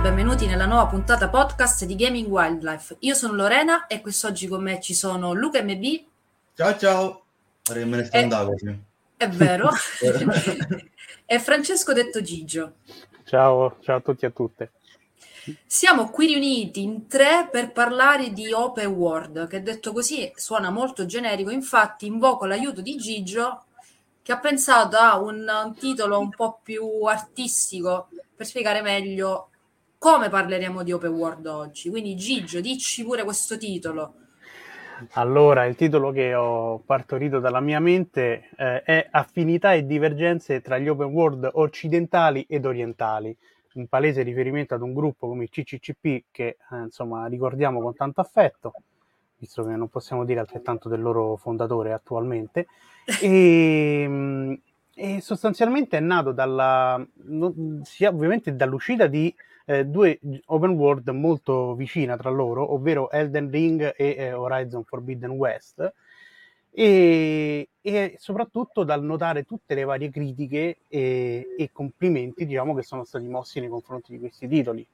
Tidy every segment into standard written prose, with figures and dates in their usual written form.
benvenuti nella nuova puntata podcast di Gaming Wildlife. Io sono Lorena e quest'oggi con me ci sono Luca MB. Ciao, me ne sto andando così. È vero. E Francesco detto Gigio. Ciao a tutti e a tutte. Siamo qui riuniti in tre per parlare di open world, che detto così suona molto generico, infatti invoco l'aiuto di Gigio che ha pensato a un titolo un po' più artistico per spiegare meglio come parleremo di open world oggi. Quindi Gigio, dici pure questo titolo. Allora, il titolo che ho partorito dalla mia mente è Affinità e divergenze tra gli open world occidentali ed orientali, un palese riferimento ad un gruppo come il CCCP che insomma ricordiamo con tanto affetto, visto che non possiamo dire altrettanto del loro fondatore attualmente, e sostanzialmente è nato sia ovviamente dall'uscita di due open world molto vicine tra loro, ovvero Elden Ring e Horizon Forbidden West, e soprattutto dal notare tutte le varie critiche e complimenti, diciamo, che sono stati mossi nei confronti di questi titoli.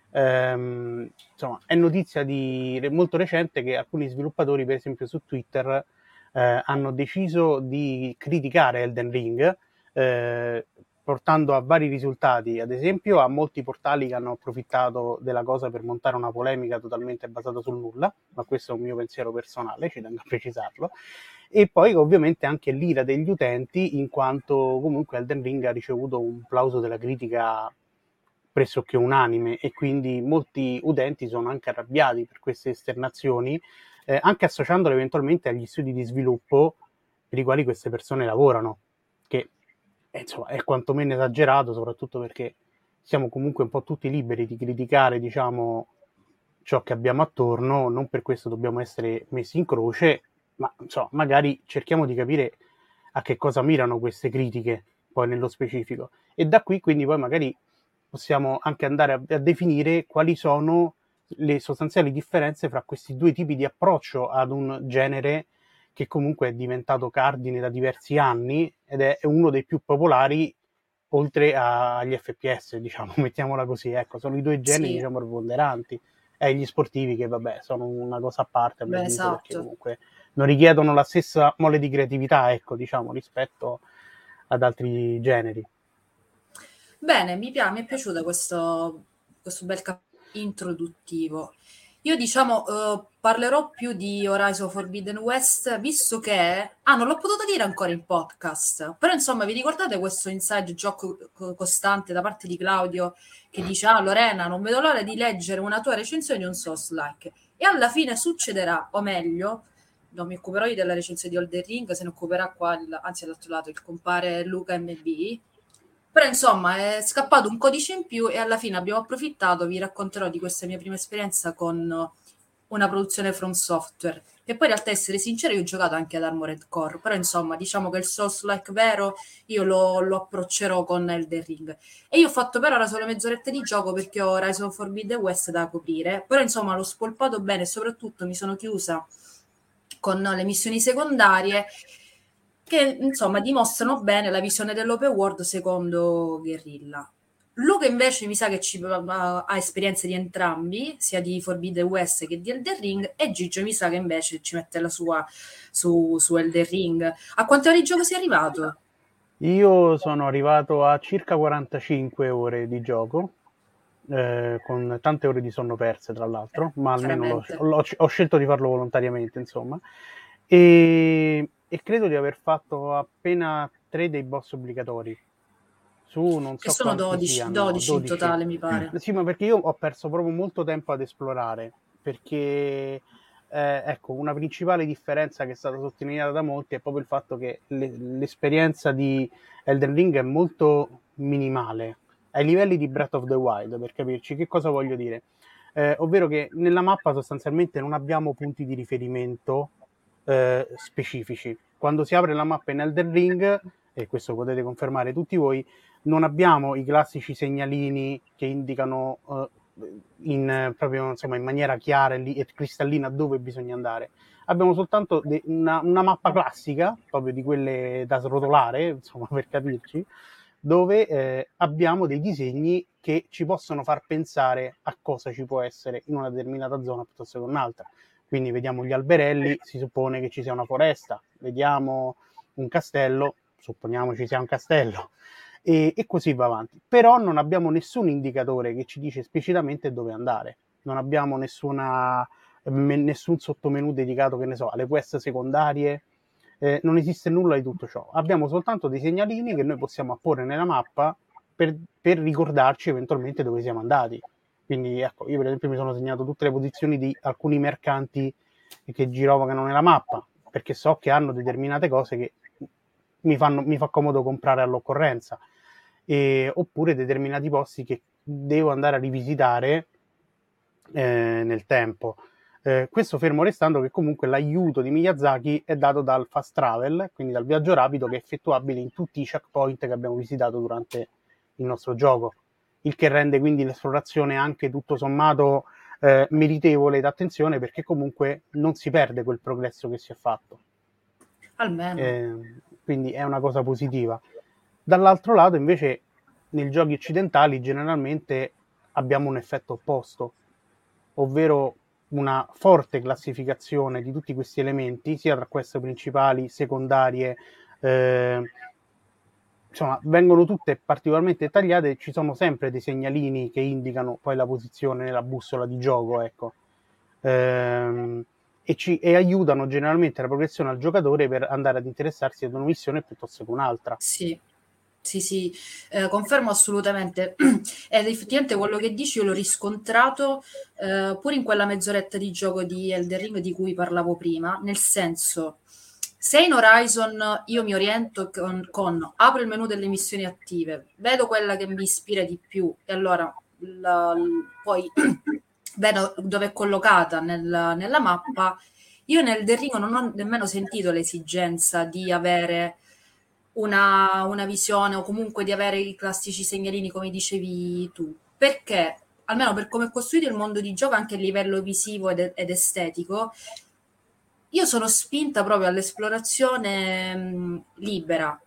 Insomma, è notizia molto recente che alcuni sviluppatori, per esempio su Twitter, hanno deciso di criticare Elden Ring, portando a vari risultati, ad esempio a molti portali che hanno approfittato della cosa per montare una polemica totalmente basata sul nulla, ma questo è un mio pensiero personale, ci tengo a precisarlo, e poi ovviamente anche l'ira degli utenti, in quanto comunque Elden Ring ha ricevuto un plauso della critica pressoché unanime e quindi molti utenti sono anche arrabbiati per queste esternazioni, anche associandole eventualmente agli studi di sviluppo per i quali queste persone lavorano, che insomma è quantomeno esagerato, soprattutto perché siamo comunque un po' tutti liberi di criticare, diciamo, ciò che abbiamo attorno, non per questo dobbiamo essere messi in croce, ma insomma, magari cerchiamo di capire a che cosa mirano queste critiche, poi nello specifico. E da qui quindi poi magari possiamo anche andare a definire quali sono le sostanziali differenze fra questi due tipi di approccio ad un genere che comunque è diventato cardine da diversi anni ed è uno dei più popolari oltre agli FPS, diciamo, mettiamola così, ecco, sono i due generi, Sì. diciamo, preponderanti, e gli sportivi che, vabbè, sono una cosa a parte, a mio avviso, Esatto. perché comunque non richiedono la stessa mole di creatività, ecco, diciamo, rispetto ad altri generi. Bene, mi è piaciuto questo bel introduttivo. Io diciamo parlerò più di Horizon Forbidden West, visto che non l'ho potuto dire ancora in podcast, però insomma vi ricordate questo inside joke costante da parte di Claudio che dice Lorena, non vedo l'ora di leggere una tua recensione di un Souls-like, e alla fine succederà, o meglio, non mi occuperò io della recensione di Elden Ring, se ne occuperà qua, anzi all'altro lato, il compare Luca MB. Però insomma è scappato un codice in più e alla fine abbiamo approfittato, vi racconterò di questa mia prima esperienza con una produzione From Software, che poi in realtà, essere sincero, io ho giocato anche ad Armored Core, però insomma diciamo che il Souls-like vero io lo approccerò con Elden Ring. E io ho fatto per ora solo mezz'oretta di gioco perché ho Horizon Forbidden West da coprire, però insomma l'ho spolpato bene e soprattutto mi sono chiusa con le missioni secondarie che insomma dimostrano bene la visione dell'open world secondo Guerrilla. Luca invece mi sa che ha esperienze di entrambi, sia di Forbidden West che di Elden Ring, e Gigio mi sa che invece ci mette la sua su Elden Ring. A quante ore di gioco sei arrivato? Io sono arrivato a circa 45 ore di gioco, con tante ore di sonno perse tra l'altro, ma almeno ho scelto di farlo volontariamente, insomma, e credo di aver fatto appena 3 dei boss obbligatori. Non Che so sono quanti 12 siano, in totale mi pare. Sì, ma perché io ho perso proprio molto tempo ad esplorare, perché ecco, una principale differenza che è stata sottolineata da molti è proprio il fatto che l'esperienza di Elden Ring è molto minimale, ai livelli di Breath of the Wild, per capirci. Che cosa voglio dire? Ovvero che nella mappa sostanzialmente non abbiamo punti di riferimento specifici. Quando si apre la mappa in Elden Ring, e questo potete confermare tutti voi, non abbiamo i classici segnalini che indicano proprio insomma in maniera chiara e cristallina dove bisogna andare. Abbiamo soltanto una mappa classica, proprio di quelle da srotolare, insomma, per capirci, dove abbiamo dei disegni che ci possono far pensare a cosa ci può essere in una determinata zona piuttosto che un'altra. Quindi vediamo gli alberelli, si suppone che ci sia una foresta, vediamo un castello, supponiamo ci sia un castello, e così va avanti. Però non abbiamo nessun indicatore che ci dice esplicitamente dove andare, non abbiamo nessun sottomenu dedicato, che ne so, alle quest secondarie, non esiste nulla di tutto ciò. Abbiamo soltanto dei segnalini che noi possiamo apporre nella mappa per ricordarci eventualmente dove siamo andati. Quindi ecco, io per esempio mi sono segnato tutte le posizioni di alcuni mercanti che girovagano nella mappa, perché so che hanno determinate cose che mi fa comodo comprare all'occorrenza, oppure determinati posti che devo andare a rivisitare nel tempo. Questo fermo restando che comunque l'aiuto di Miyazaki è dato dal fast travel, quindi dal viaggio rapido, che è effettuabile in tutti i checkpoint che abbiamo visitato durante il nostro gioco, il che rende quindi l'esplorazione anche tutto sommato meritevole d'attenzione, perché comunque non si perde quel progresso che si è fatto. Almeno. Quindi è una cosa positiva. Dall'altro lato invece nei giochi occidentali generalmente abbiamo un effetto opposto, ovvero una forte classificazione di tutti questi elementi, sia tra queste principali, secondarie, insomma, vengono tutte particolarmente dettagliate, ci sono sempre dei segnalini che indicano poi la posizione nella bussola di gioco, ecco. E aiutano generalmente la progressione al giocatore per andare ad interessarsi ad una missione piuttosto che un'altra. Sì, sì, confermo assolutamente. Ed effettivamente quello che dici io l'ho riscontrato pure in quella mezz'oretta di gioco di Elden Ring di cui parlavo prima, nel senso, se in Horizon io mi oriento apro il menu delle missioni attive, vedo quella che mi ispira di più e allora poi vedo dove è collocata nella mappa. Io nel Elden Ring non ho nemmeno sentito l'esigenza di avere una visione o comunque di avere i classici segnalini come dicevi tu, perché almeno per come è costruito il mondo di gioco anche a livello visivo ed estetico, io sono spinta proprio all'esplorazione libera.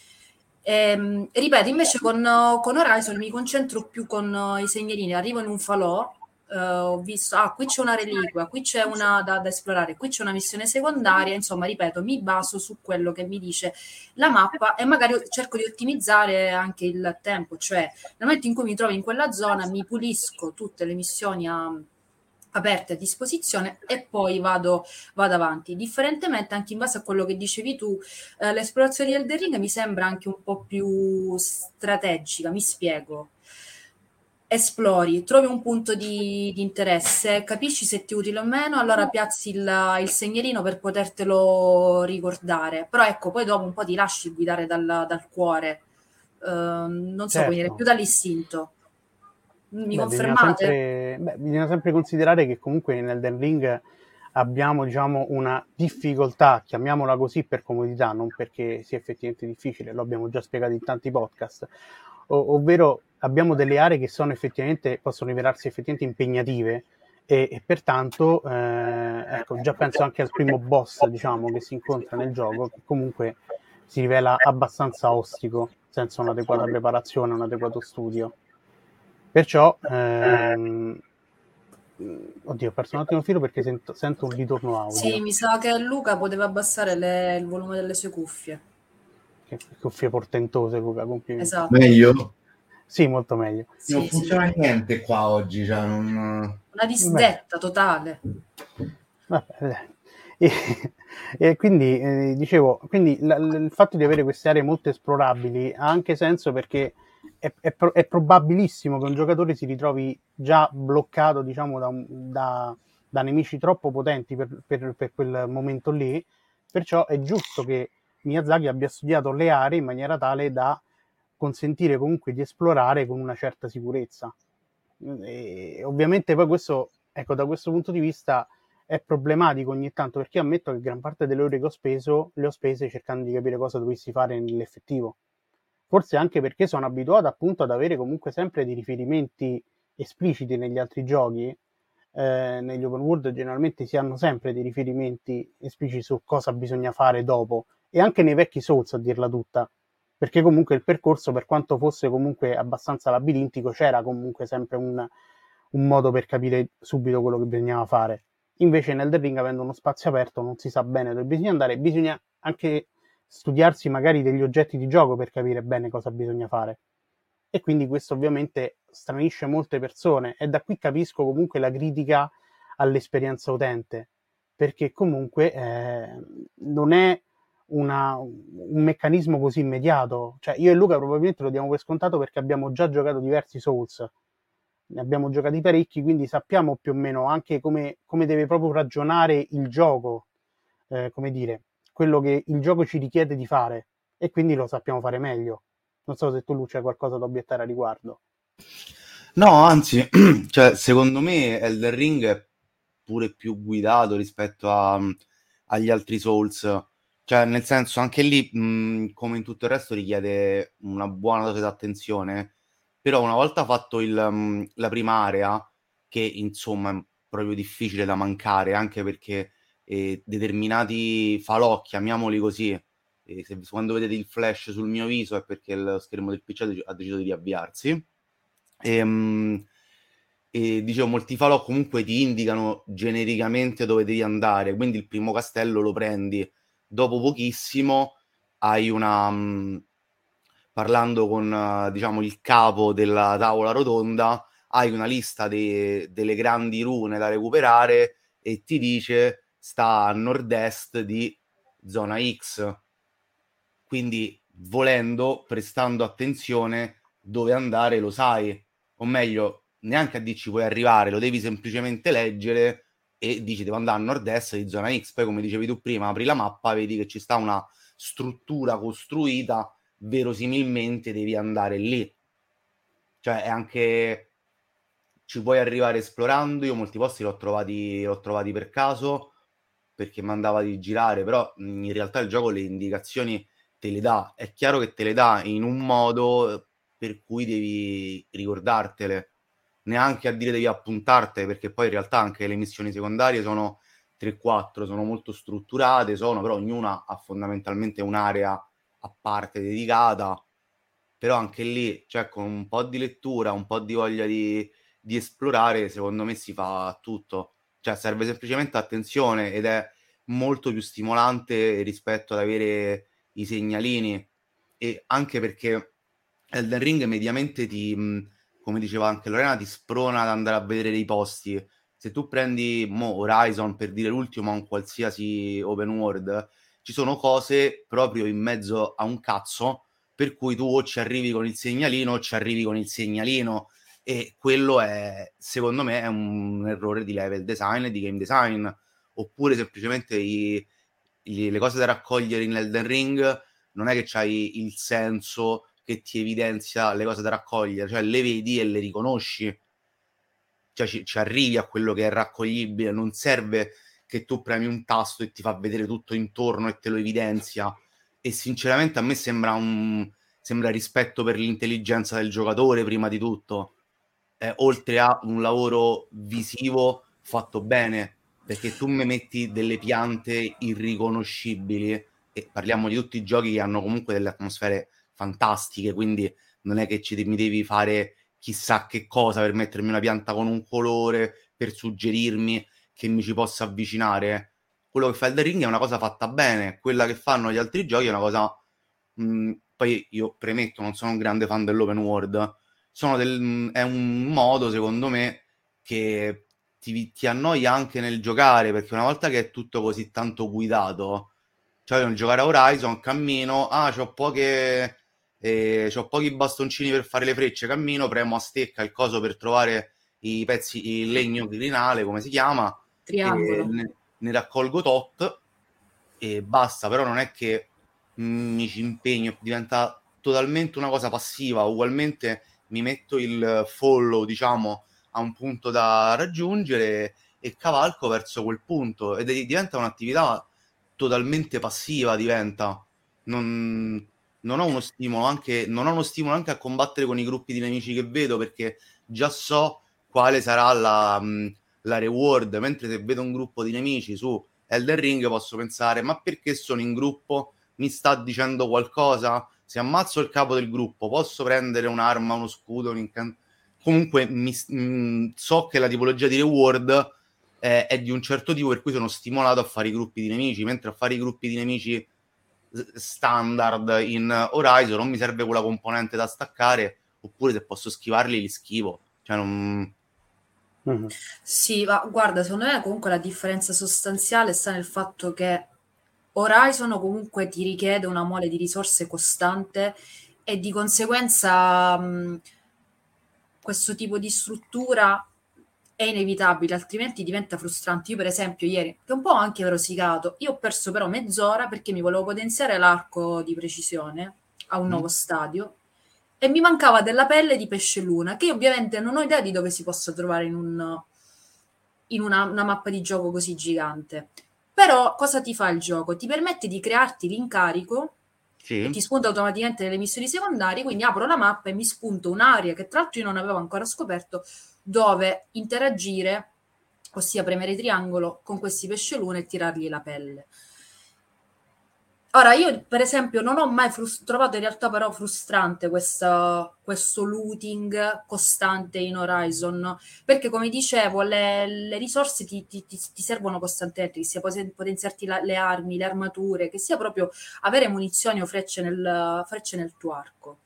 Ripeto, invece con Horizon mi concentro più con i segnalini, arrivo in un falò, ho visto, qui c'è una reliquia, qui c'è una da esplorare, qui c'è una missione secondaria, insomma, ripeto, mi baso su quello che mi dice la mappa e magari cerco di ottimizzare anche il tempo, cioè nel momento in cui mi trovo in quella zona mi pulisco tutte le missioni aperte a disposizione e poi vado avanti. Differentemente, anche in base a quello che dicevi tu, l'esplorazione di Elden Ring mi sembra anche un po' più strategica, mi spiego. Esplori, trovi un punto di interesse, capisci se ti è utile o meno, allora piazzi il segnalino per potertelo ricordare. Però ecco, poi dopo un po' ti lasci guidare dal cuore, non so come dire, più Certo. dall'istinto. Mi Bisogna confermate? bisogna sempre considerare che comunque nel Elden Ring abbiamo, diciamo, una difficoltà, chiamiamola così per comodità, non perché sia effettivamente difficile, lo abbiamo già spiegato in tanti podcast, ovvero abbiamo delle aree che sono effettivamente, possono rivelarsi effettivamente impegnative e pertanto, ecco, già penso anche al primo boss, diciamo, che si incontra nel gioco, che comunque si rivela abbastanza ostico, senza un'adeguata preparazione, un adeguato studio. Perciò, oddio, ho perso un attimo il filo perché sento un ritorno Sì, audio. mi sa che Luca poteva abbassare il volume delle sue cuffie. Che cuffie portentose, Luca, complimenti. Esatto. Meglio? Sì, molto meglio. Non Sì, sì. funziona niente qua oggi, cioè non... Una Beh, disdetta totale. vabbè, dai. E, e quindi dicevo, quindi il fatto di avere queste aree molto esplorabili ha anche senso perché è probabilissimo che un giocatore si ritrovi già bloccato, diciamo, da nemici troppo potenti per quel momento lì. Perciò è giusto che Miyazaki abbia studiato le aree in maniera tale da consentire comunque di esplorare con una certa sicurezza. E ovviamente poi questo, ecco, da questo punto di vista è problematico ogni tanto, perché ammetto che gran parte delle ore che ho speso le ho spese cercando di capire cosa dovessi fare nell'effettivo. Forse anche perché sono abituato appunto ad avere comunque sempre dei riferimenti espliciti negli altri giochi. Negli open world generalmente si hanno sempre dei riferimenti espliciti su cosa bisogna fare dopo, e anche nei vecchi Souls, a dirla tutta, perché comunque il percorso, per quanto fosse comunque abbastanza labirintico, c'era comunque sempre un modo per capire subito quello che bisognava fare. Invece in Elden Ring, avendo uno spazio aperto, non si sa bene dove bisogna andare, bisogna anche studiarsi magari degli oggetti di gioco per capire bene cosa bisogna fare. E quindi questo ovviamente stranisce molte persone, e da qui capisco comunque la critica all'esperienza utente, perché comunque non è un meccanismo così immediato. Cioè, io e Luca probabilmente lo diamo per scontato perché abbiamo già giocato diversi Souls, ne abbiamo giocati parecchi, quindi sappiamo più o meno anche come deve proprio ragionare il gioco, come dire, quello che il gioco ci richiede di fare, e quindi lo sappiamo fare meglio. Non so se tu, Lucia, hai qualcosa da obiettare a riguardo. No, anzi, cioè, secondo me Elden Ring è pure più guidato rispetto agli altri Souls. Cioè, nel senso, anche lì, come in tutto il resto, richiede una buona dose di attenzione. Però una volta fatto la prima area, che insomma è proprio difficile da mancare, anche perché determinati falò, chiamiamoli così, quando vedete il flash sul mio viso è perché il schermo del PC ha deciso di riavviarsi. E, e dicevo, molti falò comunque ti indicano genericamente dove devi andare, quindi il primo castello lo prendi dopo pochissimo, hai parlando con diciamo il capo della tavola rotonda, hai una lista delle grandi rune da recuperare e ti dice sta a nord-est di zona X, quindi volendo, prestando attenzione dove andare lo sai, o meglio, neanche a dirci puoi arrivare, lo devi semplicemente leggere e dici devo andare a nord-est di zona X, poi come dicevi tu prima, apri la mappa, vedi che ci sta una struttura costruita, verosimilmente devi andare lì. Cioè è anche ci puoi arrivare esplorando, io molti posti l'ho trovati per caso, perché mandava di girare, però in realtà il gioco le indicazioni te le dà. È chiaro che te le dà in un modo per cui devi ricordartele, neanche a dire devi appuntartele, perché poi in realtà anche le missioni secondarie sono 3-4, sono molto strutturate, però ognuna ha fondamentalmente un'area a parte dedicata, però anche lì, cioè con un po' di lettura, un po' di voglia di esplorare, secondo me si fa tutto. Cioè serve semplicemente attenzione ed è molto più stimolante rispetto ad avere i segnalini, e anche perché Elden Ring mediamente come diceva anche Lorena, ti sprona ad andare a vedere dei posti. Se tu prendi Horizon, per dire l'ultimo, a un qualsiasi open world, ci sono cose proprio in mezzo a un cazzo, per cui tu o ci arrivi con il segnalino o ci arrivi con il segnalino, e quello è, secondo me, è un errore di level design e di game design. Oppure semplicemente le cose da raccogliere in Elden Ring non è che c'hai il senso che ti evidenzia le cose da raccogliere, cioè le vedi e le riconosci, cioè ci arrivi a quello che è raccoglibile, non serve che tu premi un tasto e ti fa vedere tutto intorno e te lo evidenzia. E sinceramente a me sembra rispetto per l'intelligenza del giocatore prima di tutto, oltre a un lavoro visivo fatto bene, perché tu mi metti delle piante irriconoscibili, e parliamo di tutti i giochi che hanno comunque delle atmosfere fantastiche, quindi non è che mi devi fare chissà che cosa per mettermi una pianta con un colore, per suggerirmi che mi ci possa avvicinare. Quello che fa Elden Ring è una cosa fatta bene, quella che fanno gli altri giochi è una cosa... poi io premetto, non sono un grande fan dell'open world, è un modo, secondo me, che ti annoia anche nel giocare, perché una volta che è tutto così tanto guidato, cioè nel giocare a Horizon, cammino, c'ho pochi bastoncini per fare le frecce, cammino, premo a stecca il coso per trovare i pezzi, il legno crinale, come si chiama, e Triangolo. ne raccolgo tot e basta, però non è che mi ci impegno, diventa totalmente una cosa passiva. Ugualmente mi metto il follow, diciamo, a un punto da raggiungere e cavalco verso quel punto, ed diventa un'attività totalmente passiva, diventa. Non, non ho uno stimolo anche, non ho uno stimolo anche a combattere con i gruppi di nemici che vedo, perché già so quale sarà la reward, mentre se vedo un gruppo di nemici su Elden Ring posso pensare, ma perché sono in gruppo? Mi sta dicendo qualcosa? se ammazzo il capo del gruppo posso prendere un'arma, uno scudo, comunque so che la tipologia di reward è di un certo tipo, per cui sono stimolato a fare i gruppi di nemici, mentre a fare i gruppi di nemici standard in Horizon non mi serve quella componente da staccare, oppure se posso schivarli li schivo, cioè non... Sì, ma guarda, secondo me comunque la differenza sostanziale sta nel fatto che Horizon comunque ti richiede una mole di risorse costante e di conseguenza questo tipo di struttura è inevitabile, altrimenti diventa frustrante. Io per esempio ieri, che un po' ho anche rosicato, io ho perso però mezz'ora perché mi volevo potenziare l'arco di precisione a un nuovo stadio e mi mancava della pelle di pesce luna, che io ovviamente non ho idea di dove si possa trovare in una mappa di gioco così gigante. Però cosa ti fa il gioco? Ti permette di crearti l'incarico e ti Sì, spunta automaticamente nelle missioni secondarie, quindi apro la mappa e mi spunto un'area che tra l'altro io non avevo ancora scoperto, dove interagire, ossia premere triangolo con questi pescelune e tirargli la pelle. Ora, io per esempio non ho mai trovato in realtà però frustrante questo looting costante in Horizon, perché come dicevo le risorse ti servono costantemente, che sia potenziarti le armi, le armature, che sia proprio avere munizioni o frecce nel tuo arco.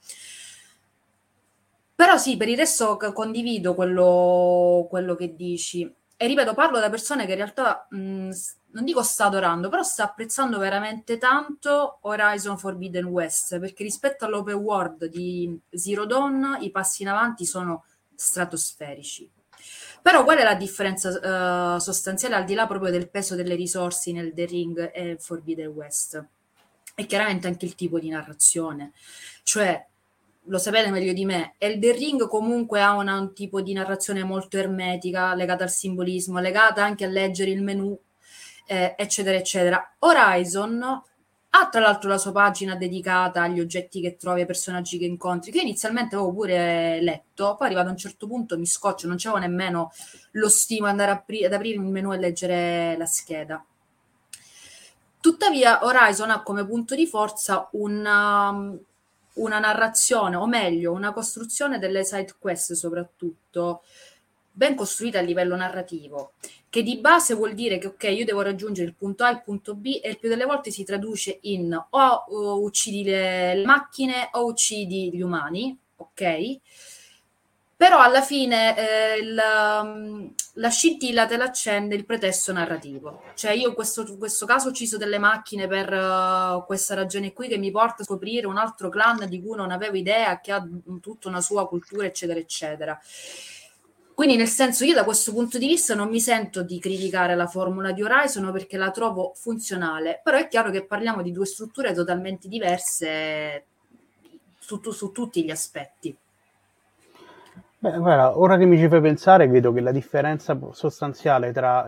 Però sì, per il resto condivido quello che dici. E ripeto, parlo da persone che in realtà, non dico sta adorando, però sta apprezzando veramente tanto Horizon Forbidden West, perché rispetto all'open world di Zero Dawn i passi in avanti sono stratosferici. Però qual è la differenza sostanziale al di là proprio del peso delle risorse nel The Ring e Forbidden West? E chiaramente anche il tipo di narrazione. Cioè, lo sapete meglio di me, Elden Ring comunque ha un tipo di narrazione molto ermetica, legata al simbolismo, legata anche a leggere il menu, eccetera, eccetera. Horizon ha tra l'altro la sua pagina dedicata agli oggetti che trovi, ai personaggi che incontri, che inizialmente avevo pure letto, poi arrivato a un certo punto mi scoccio, non c'avevo nemmeno lo stimolo ad andare ad aprire il menu e leggere la scheda. Tuttavia Horizon ha come punto di forza una narrazione, o meglio, una costruzione delle side quest soprattutto, ben costruita a livello narrativo, che di base vuol dire che ok, io devo raggiungere il punto A e il punto B e il più delle volte si traduce in o uccidi le macchine o uccidi gli umani, ok? Però alla fine la scintilla te l'accende il pretesto narrativo. Cioè io in questo caso ho ucciso delle macchine per questa ragione qui che mi porta a scoprire un altro clan di cui non avevo idea, che ha tutta una sua cultura, eccetera, eccetera. Quindi nel senso io da questo punto di vista non mi sento di criticare la formula di Horizon perché la trovo funzionale, però è chiaro che parliamo di due strutture totalmente diverse su tutti gli aspetti. Beh, guarda, ora che mi ci fai pensare, vedo che la differenza sostanziale tra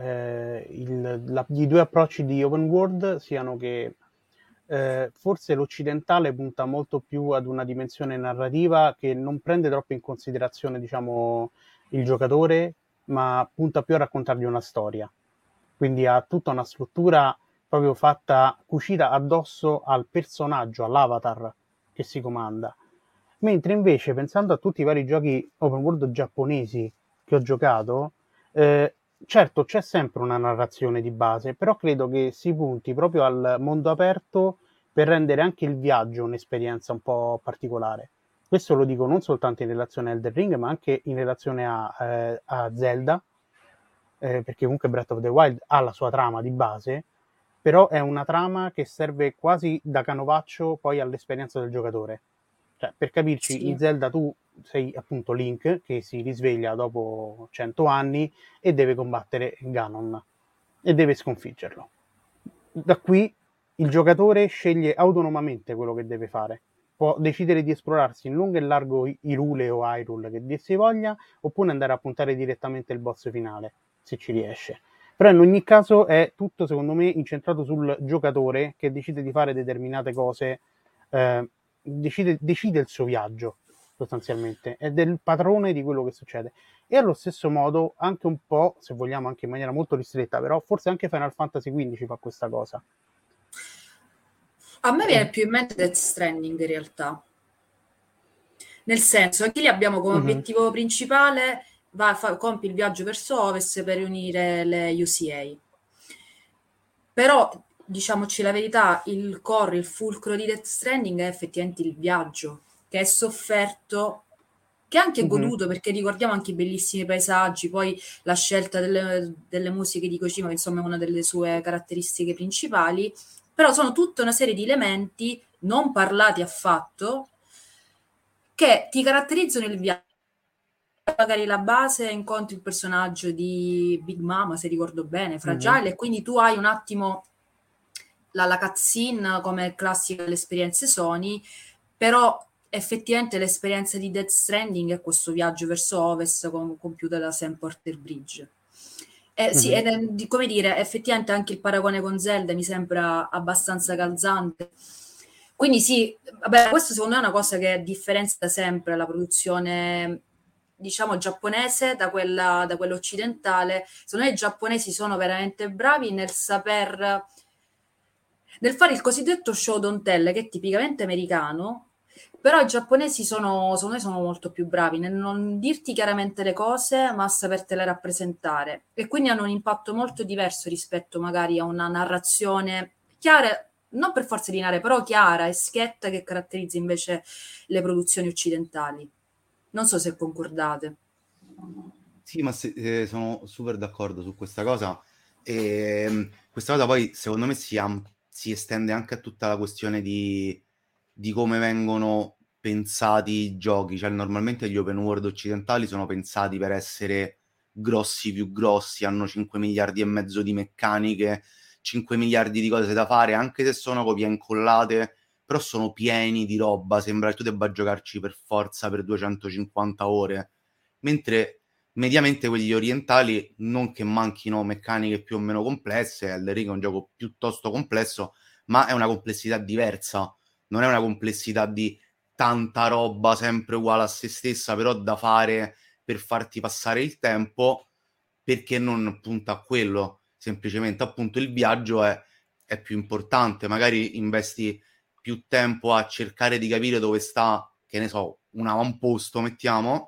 i due approcci di open world siano che forse l'occidentale punta molto più ad una dimensione narrativa che non prende troppo in considerazione, diciamo, il giocatore, ma punta più a raccontargli una storia. Quindi ha tutta una struttura proprio fatta, cucita addosso al personaggio, all'avatar che si comanda. Mentre invece, pensando a tutti i vari giochi open world giapponesi che ho giocato, certo c'è sempre una narrazione di base, però credo che si punti proprio al mondo aperto per rendere anche il viaggio un'esperienza un po' particolare. Questo lo dico non soltanto in relazione a Elden Ring, ma anche in relazione a Zelda, perché comunque Breath of the Wild ha la sua trama di base, però è una trama che serve quasi da canovaccio poi all'esperienza del giocatore. Cioè, per capirci, in Sì. Zelda tu sei appunto Link che si risveglia dopo 100 anni e deve combattere Ganon e deve sconfiggerlo. Da qui il giocatore sceglie autonomamente quello che deve fare. Può decidere di esplorarsi in lungo e largo Hyrule o Hyrule che dir si voglia, oppure andare a puntare direttamente il boss finale, se ci riesce. Però in ogni caso è tutto, secondo me, incentrato sul giocatore che decide di fare determinate cose, decide il suo viaggio, sostanzialmente, è del padrone di quello che succede. E allo stesso modo, anche un po', se vogliamo, anche in maniera molto ristretta, però forse anche Final Fantasy XV fa questa cosa. A me viene più in mente Death Stranding in realtà. Nel senso, anche lì abbiamo come obiettivo principale compi il viaggio verso ovest per riunire le UCA. Però, diciamoci la verità, il core, il fulcro di Death Stranding è effettivamente il viaggio, che è sofferto, che è anche goduto, perché ricordiamo anche i bellissimi paesaggi, poi la scelta delle musiche di Kojima, che insomma è una delle sue caratteristiche principali, però sono tutta una serie di elementi non parlati affatto, che ti caratterizzano il viaggio. Magari la base incontri il personaggio di Big Mama, se ricordo bene, Fragile, e quindi tu hai un attimo la cutscene come classica delle esperienze Sony, però effettivamente l'esperienza di Death Stranding è questo viaggio verso ovest compiuta da Sam Porter Bridge. Sì, come dire, effettivamente anche il paragone con Zelda mi sembra abbastanza calzante. Quindi sì, vabbè, questo secondo me è una cosa che differenzia sempre la produzione, diciamo, giapponese da quella occidentale. Secondo me i giapponesi sono veramente bravi nel fare il cosiddetto show don't tell, che è tipicamente americano, però i giapponesi secondo me sono molto più bravi nel non dirti chiaramente le cose, ma a sapertele rappresentare. E quindi hanno un impatto molto diverso rispetto magari a una narrazione chiara, non per forza lineare, però chiara e schietta, che caratterizza invece le produzioni occidentali. Non so se concordate. Sì, ma sono super d'accordo su questa cosa. E questa cosa poi, secondo me, si estende anche a tutta la questione di come vengono pensati i giochi. Cioè, normalmente gli open world occidentali sono pensati per essere grossi più grossi, hanno 5 miliardi e mezzo di meccaniche, 5 miliardi di cose da fare, anche se sono copie incollate, però sono pieni di roba, sembra che tu debba giocarci per forza per 250 ore. Mentre mediamente quelli orientali, non che manchino meccaniche più o meno complesse, Elden Ring è un gioco piuttosto complesso, ma è una complessità diversa, non è una complessità di tanta roba sempre uguale a se stessa, però da fare per farti passare il tempo, perché non punta a quello, semplicemente appunto il viaggio è più importante, magari investi più tempo a cercare di capire dove sta, che ne so, un avamposto, mettiamo,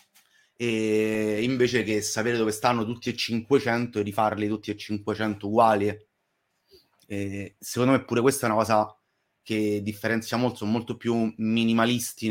e invece che sapere dove stanno tutti e 500 e rifarli tutti e 500 uguali. E secondo me pure questa è una cosa che differenzia molto, sono molto più minimalisti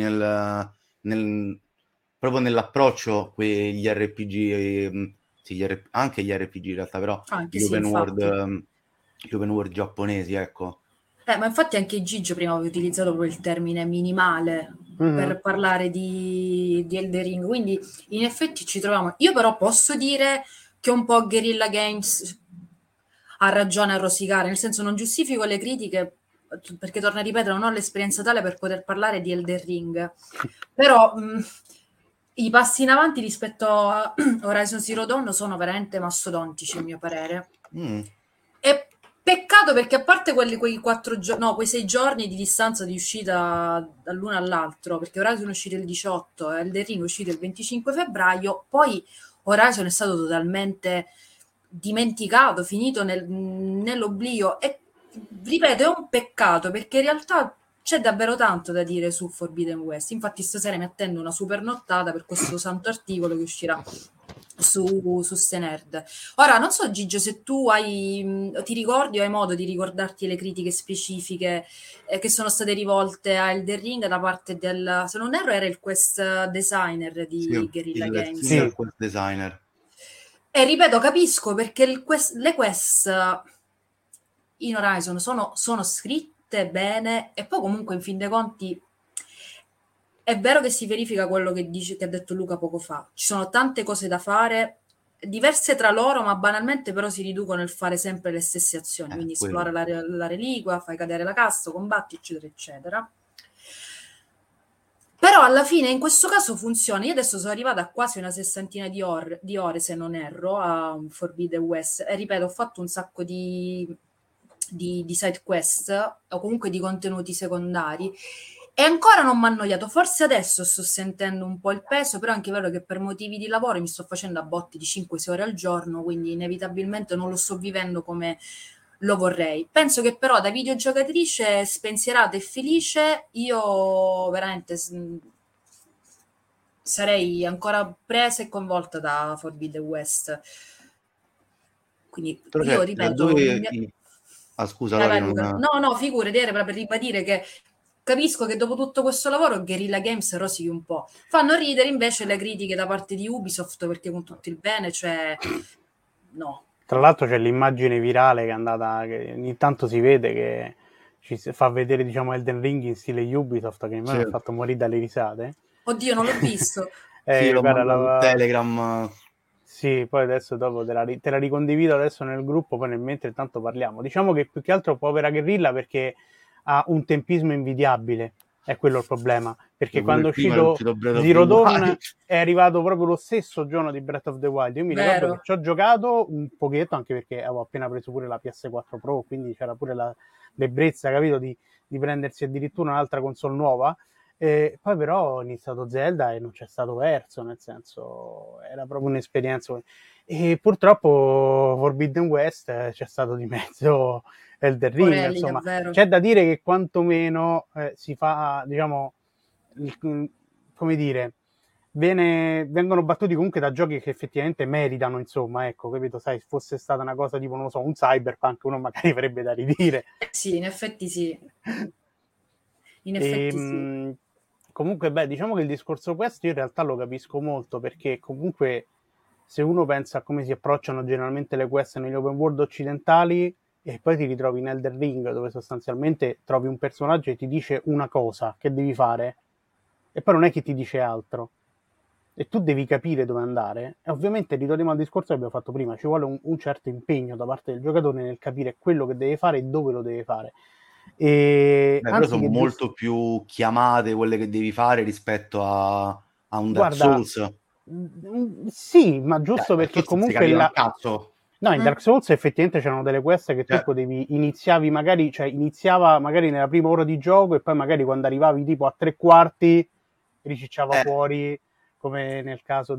proprio nell'approccio quegli RPG, sì, anche gli RPG in realtà, però Anche gli sì, infatti. gli open world giapponesi, ecco. Ma infatti anche Gigio prima aveva utilizzato proprio il termine minimale per parlare di Elden Ring, quindi in effetti ci troviamo. Io però posso dire che un po' Guerrilla Games ha ragione a rosicare, nel senso non giustifico le critiche, perché torno a ripetere, non ho l'esperienza tale per poter parlare di Elden Ring, però i passi in avanti rispetto a Horizon Zero Dawn sono veramente mastodontici, a mio parere. E peccato, perché a parte quei 6 giorni di distanza di uscita dall'uno all'altro, perché Horizon è uscito il 18 e Elden Ring è uscito il 25 febbraio, poi Horizon è stato totalmente dimenticato, finito nell'oblio, e ripeto, è un peccato, perché in realtà c'è davvero tanto da dire su Forbidden West. Infatti stasera mi attendo una super nottata per questo santo articolo che uscirà su Stenerd. Ora, non so Gigio, se tu ti ricordi o hai modo di ricordarti le critiche specifiche che sono state rivolte a Elden Ring da parte del, se non erro, era il quest designer di Guerrilla Games. Il quest designer. E ripeto, capisco, perché le quest in Horizon sono scritte bene, e poi comunque in fin dei conti è vero che si verifica quello che ha detto Luca poco fa. Ci sono tante cose da fare, diverse tra loro, ma banalmente però si riducono nel fare sempre le stesse azioni. Quindi esplora la reliquia, fai cadere la cassa, combatti, eccetera, eccetera. Però alla fine in questo caso funziona. Io adesso sono arrivata a quasi una sessantina di ore, se non erro, a Forbidden West. E ripeto, ho fatto un sacco di side quest, o comunque di contenuti secondari, e ancora non mi ha annoiato. Forse adesso sto sentendo un po' il peso, però è anche vero che per motivi di lavoro mi sto facendo a botti di 5-6 ore al giorno, quindi inevitabilmente non lo sto vivendo come lo vorrei. Penso che però da videogiocatrice spensierata e felice io veramente sarei ancora presa e coinvolta da Forbidden West. Quindi Però io cioè, ripeto, laddove... Ah, scusa, vai, Lori, vai, Luca. non... No, figurati, era proprio per ribadire che capisco che dopo tutto questo lavoro Guerrilla Games rosichi un po'. Fanno ridere invece le critiche da parte di Ubisoft, perché con tutto il bene, cioè no. Tra l'altro c'è l'immagine virale che è andata, che ogni tanto si vede che ci fa vedere, diciamo, Elden Ring in stile Ubisoft, che a me mi Sì, ha fatto morire dalle risate. Oddio, non l'ho visto. sì, l'ho Guarda, mandato su Telegram. sì, poi adesso dopo te la ricondivido adesso nel gruppo, poi nel mentre intanto parliamo. Diciamo che più che altro povera Guerrilla perché ha un tempismo invidiabile, è quello il problema, perché Pure quando è il primo era uscito uscito Breath of the Zero Dawn Wild. è arrivato proprio lo stesso giorno di Breath of the Wild. Io mi ricordo che Vero. ci ho giocato un pochetto, anche perché avevo appena preso pure la PS4 Pro, quindi c'era pure l'ebbrezza, capito, di prendersi addirittura un'altra console nuova. Poi però ho iniziato Zelda e non c'è stato verso, nel senso era proprio un'esperienza. E purtroppo Forbidden West c'è stato di mezzo Elden Ring, Orelli, insomma. davvero. C'è da dire che quantomeno si fa, diciamo, come dire, vengono battuti comunque da giochi che effettivamente meritano, insomma, ecco, capito? Sai, se fosse stata una cosa tipo, non lo so, un Cyberpunk, uno magari avrebbe da ridire. Sì, in effetti sì. In E, effetti sì. comunque, beh, diciamo che il discorso questo io in realtà lo capisco molto perché comunque se uno pensa a come si approcciano generalmente le quest negli open world occidentali e poi ti ritrovi in Elden Ring dove sostanzialmente trovi un personaggio e ti dice una cosa che devi fare e poi non è che ti dice altro e tu devi capire dove andare e ovviamente ritorniamo al discorso che abbiamo fatto prima, ci vuole un certo impegno da parte del giocatore nel capire quello che deve fare e dove lo deve fare. E Beh, però anzi sono che molto più chiamate quelle che devi fare rispetto a un Dark guarda, Souls. sì, ma giusto Dark perché Souls non si comunque capiva un cazzo. no, in Mm. Dark Souls effettivamente c'erano delle quest che tu Cioè, potevi, iniziavi magari, cioè iniziava magari nella prima ora di gioco e poi magari quando arrivavi tipo a tre quarti ricicciava eh, fuori, come nel caso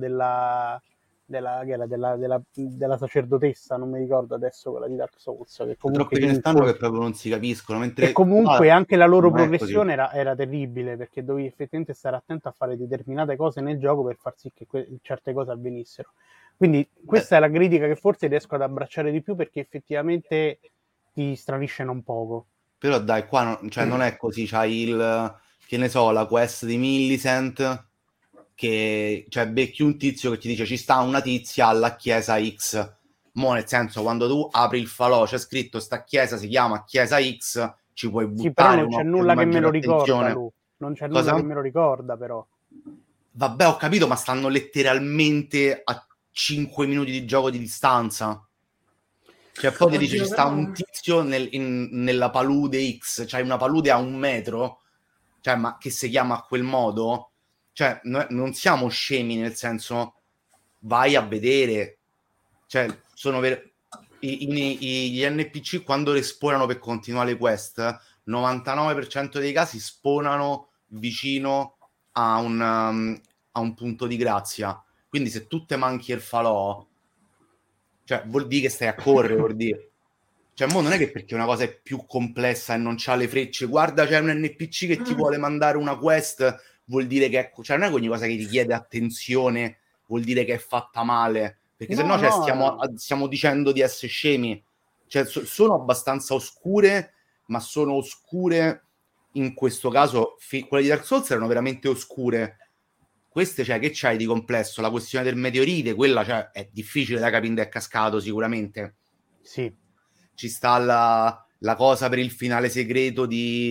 della sacerdotessa, non mi ricordo adesso quella di Dark Souls, che comunque troppe tu ce ne in stanno fondo che proprio non si capiscono, e mentre comunque qua anche la loro non è così. progressione era terribile perché dovevi effettivamente stare attento a fare determinate cose nel gioco per far sì che certe cose avvenissero. Quindi Beh, questa è la critica che forse riesco ad abbracciare di più perché effettivamente ti stranisce un poco. però dai, qua cioè, non è così, c'hai che ne so, la quest di Millicent, che cioè, becchi un tizio che ti dice ci sta una tizia alla chiesa X. Mo' nel senso, quando tu apri il falò, c'è scritto sta chiesa si chiama chiesa X, ci puoi Sì, però buttare non un c'è occhio di nulla che me maggiore lo ricorda, attenzione. Lu. Non c'è nulla che Cosa? me lo ricorda, però. Vabbè, ho capito, ma stanno letteralmente a 5 minuti di gioco di distanza. Cioè, poi ti dice ci Oddio, sta però. un tizio nella palude X, cioè una palude a 1 metro, cioè, ma che si chiama a quel modo? Cioè, non siamo scemi, nel senso, vai a vedere. Cioè, sono gli NPC quando respawnano per continuare le quest, 99% dei casi spawnano vicino a un punto di grazia. Quindi se tu te manchi il falò, cioè vuol dire che stai a correre, vuol dire. Cioè, mo non è che perché una cosa è più complessa e non c'ha le frecce, guarda, c'è un NPC che ti vuole mandare una quest, vuol dire che è. Cioè, non è che ogni cosa che ti chiede attenzione vuol dire che è fatta male, perché se No, no, cioè, no, stiamo dicendo di essere scemi. Cioè, sono abbastanza oscure, ma sono oscure in questo caso. Quelle di Dark Souls erano veramente oscure. Queste, cioè, che c'hai di complesso? La questione del meteorite, quella, cioè, è difficile da capire dove è cascato, sicuramente. sì. Ci sta la cosa per il finale segreto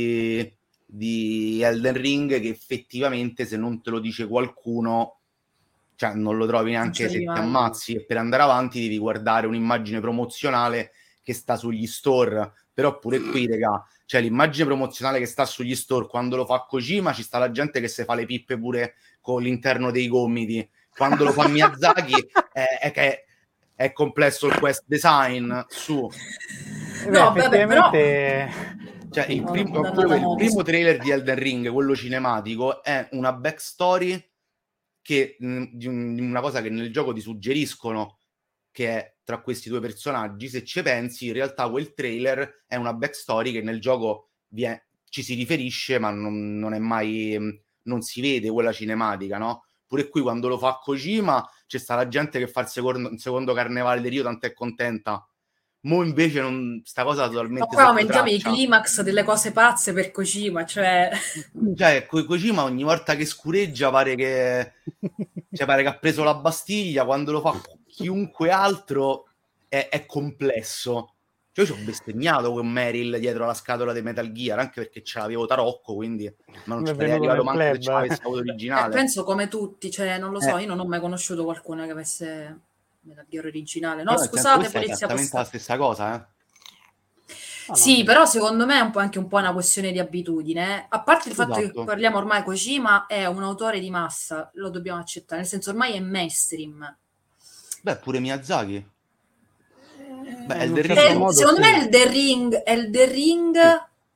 di Elden Ring, che effettivamente se non te lo dice qualcuno, cioè non lo trovi Non ci neanche se ti arrivai. ammazzi, e per andare avanti devi guardare un'immagine promozionale che sta sugli store. Però pure qui, raga, cioè l'immagine promozionale che sta sugli store, quando lo fa Kojima ci sta la gente che si fa le pippe pure con l'interno dei gomiti. Quando lo fa Miyazaki è complesso il quest design su. Beh, No, vabbè, però. effettivamente Cioè, Dannata il Moz. primo trailer di Elden Ring, quello cinematico, è una backstory di una cosa che nel gioco ti suggeriscono, che è tra questi due personaggi. Se ci pensi, in realtà quel trailer è una backstory che nel gioco ci si riferisce, ma non è mai, non si vede quella cinematica, no? Pure qui quando lo fa Kojima c'è sta la gente che fa il secondo Carnevale di Rio, tanto è contenta. Mo invece sta cosa totalmente Ma qua sotto aumentiamo i traccia. climax delle cose pazze per Kojima, cioè... Cioè, Kojima ogni volta che scureggia pare che ha preso la Bastiglia, quando lo fa chiunque altro è complesso. Cioè, io ci ho bestemmiato con Meryl dietro la scatola di Metal Gear, anche perché ce l'avevo Tarocco, quindi ma non Mi ci è sarei venuto arrivato nel manco se club. ce l'avessi avuto originale. Penso come tutti, cioè non lo so, io non ho mai conosciuto qualcuno che avesse Metal Gear originale. No, Però, scusate, questa è polizia esattamente la postale. stessa cosa, Sì, però secondo me è anche un po' una questione di abitudine. A parte il fatto che Esatto. parliamo ormai, Kojima è un autore di massa, lo dobbiamo accettare, nel senso ormai è mainstream. Beh, pure Miyazaki. Beh, In un Elden certo Ring. modo Secondo sì. me Elden Ring Sì.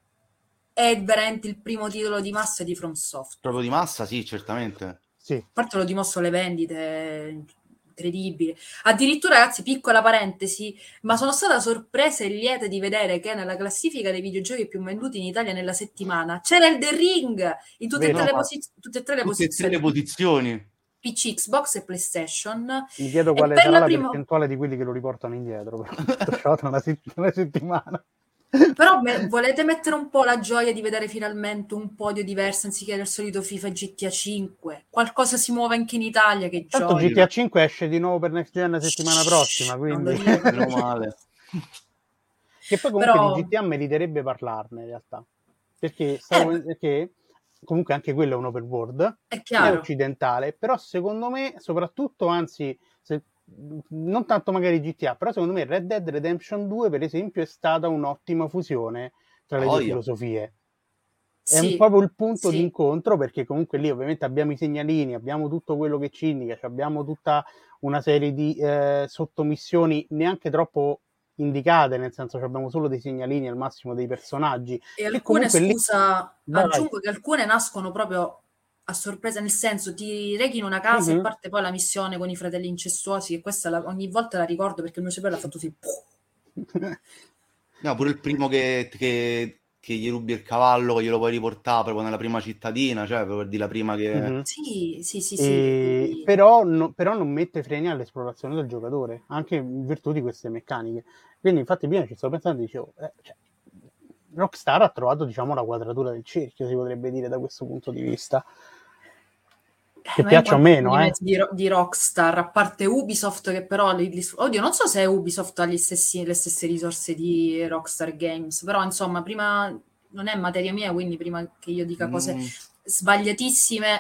è veramente il primo titolo di massa di From Software. Proprio di massa, sì, certamente. Sì. A parte lo dimostrano le vendite, incredibile. Addirittura, ragazzi, piccola parentesi, ma sono stata sorpresa e lieta di vedere che nella classifica dei videogiochi più venduti in Italia nella settimana c'era Elden Ring in tutte e tre tutte e tre le posizioni. PC, Xbox e PlayStation. Mi chiedo E quale per sarà la la prima... percentuale di quelli che lo riportano indietro. Però una settimana. Però volete mettere un po' la gioia di vedere finalmente un podio diverso anziché del solito FIFA e GTA 5? Qualcosa si muove anche in Italia, che Tanto gioia. GTA 5 esce di nuovo per Next Gen la settimana prossima, Non lo quindi... dire. Meno male. Che poi comunque Però... di GTA meriterebbe parlarne in realtà. Perché, perché comunque anche quello è un open world, è è chiaro. occidentale, però secondo me, soprattutto, anzi, non tanto magari GTA, però secondo me Red Dead Redemption 2, per esempio, è stata un'ottima fusione tra le due filosofie. È Sì, proprio il punto sì. d'incontro, perché comunque lì ovviamente abbiamo i segnalini, abbiamo tutto quello che ci indica, abbiamo tutta una serie di sottomissioni neanche troppo indicate, nel senso che abbiamo solo dei segnalini al massimo dei personaggi. E Che alcune, comunque lì... scusa, Vai. aggiungo che alcune nascono proprio a sorpresa, nel senso ti rechi in una casa e parte poi la missione con i fratelli incestuosi, e questa ogni volta la ricordo perché il mio cervello ha fatto sì. No, pure il primo che gli rubi il cavallo, che glielo puoi riportare proprio nella prima cittadina, cioè per dire la prima che... Sì. Però non mette freni all'esplorazione del giocatore, anche in virtù di queste meccaniche. Quindi infatti prima ci sto pensando e dicevo, cioè, Rockstar ha trovato, diciamo, la quadratura del cerchio, si potrebbe dire da questo punto di vista. Che Ma piaccia o meno, di Rockstar, a parte Ubisoft, che però oddio, non so se Ubisoft ha le stesse risorse di Rockstar Games, però insomma, prima non è materia mia, quindi prima che io dica cose sbagliatissime,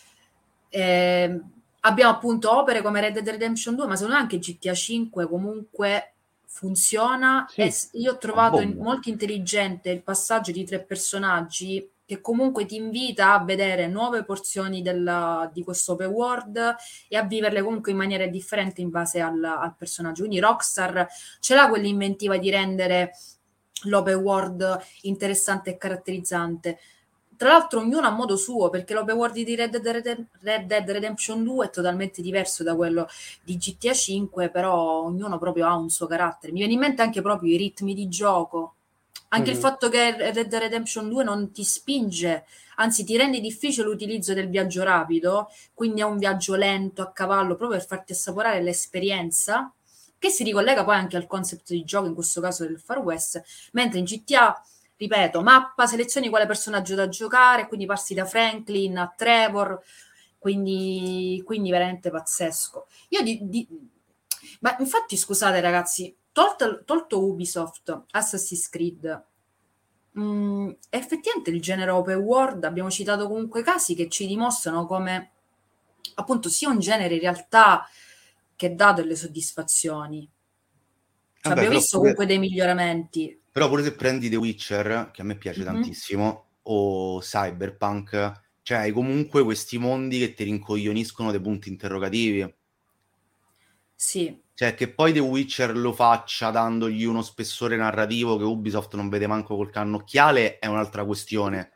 abbiamo appunto opere come Red Dead Redemption 2, ma secondo me anche GTA 5 comunque funziona. Sì, e io ho trovato molto intelligente il passaggio di 3 personaggi che comunque ti invita a vedere nuove porzioni di questo open world e a viverle comunque in maniera differente in base al personaggio. Quindi Rockstar ce l'ha quell'inventiva di rendere l'open world interessante e caratterizzante. Tra l'altro ognuno a modo suo, perché l'open world di Red Dead Redemption 2 è totalmente diverso da quello di GTA 5, però ognuno proprio ha un suo carattere. Mi viene in mente anche proprio i ritmi di gioco. Anche il fatto che Red Dead Redemption 2 non ti spinge, anzi ti rende difficile l'utilizzo del viaggio rapido, quindi è un viaggio lento a cavallo proprio per farti assaporare l'esperienza, che si ricollega poi anche al concept di gioco, in questo caso del Far West, mentre in GTA, ripeto, mappa, selezioni quale personaggio da giocare, quindi passi da Franklin a Trevor, quindi veramente pazzesco. Ma infatti, scusate ragazzi, tolto Ubisoft, Assassin's Creed, effettivamente il genere open world, abbiamo citato comunque casi che ci dimostrano come appunto sia un genere in realtà che dà delle soddisfazioni. Cioè, abbiamo visto comunque dei miglioramenti. Però pure se prendi The Witcher, che a me piace tantissimo, o Cyberpunk, cioè hai comunque questi mondi che ti rincoglioniscono dei punti interrogativi. Sì. Cioè che poi The Witcher lo faccia dandogli uno spessore narrativo che Ubisoft non vede manco col cannocchiale è un'altra questione.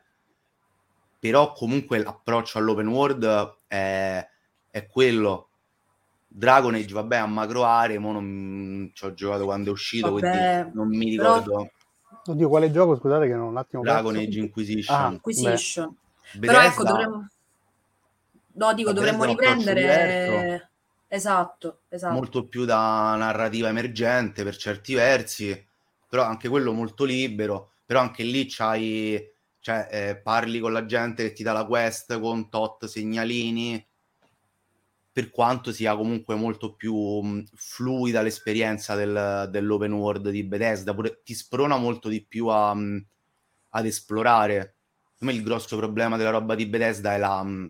Però comunque l'approccio all'open world è quello. Dragon Age, vabbè, a macro aree, mo non ci ho giocato quando è uscito, Vabbè, quindi non mi però ricordo. Oddio, quale gioco? Scusate che non ho un attimo Dragon perso. Age Ah, Inquisition. beh. Inquisition. Però ecco, Bethesda, dovremmo... No, dico, la dovremmo Bethesda è un approccio diverso, riprendere... Esatto, molto esatto. più da narrativa emergente per certi versi, però anche quello molto libero, però anche lì parli con la gente che ti dà la quest con tot segnalini, per quanto sia comunque molto più fluida l'esperienza dell'open world di Bethesda, pure ti sprona molto di più ad esplorare. Per me il grosso problema della roba di Bethesda è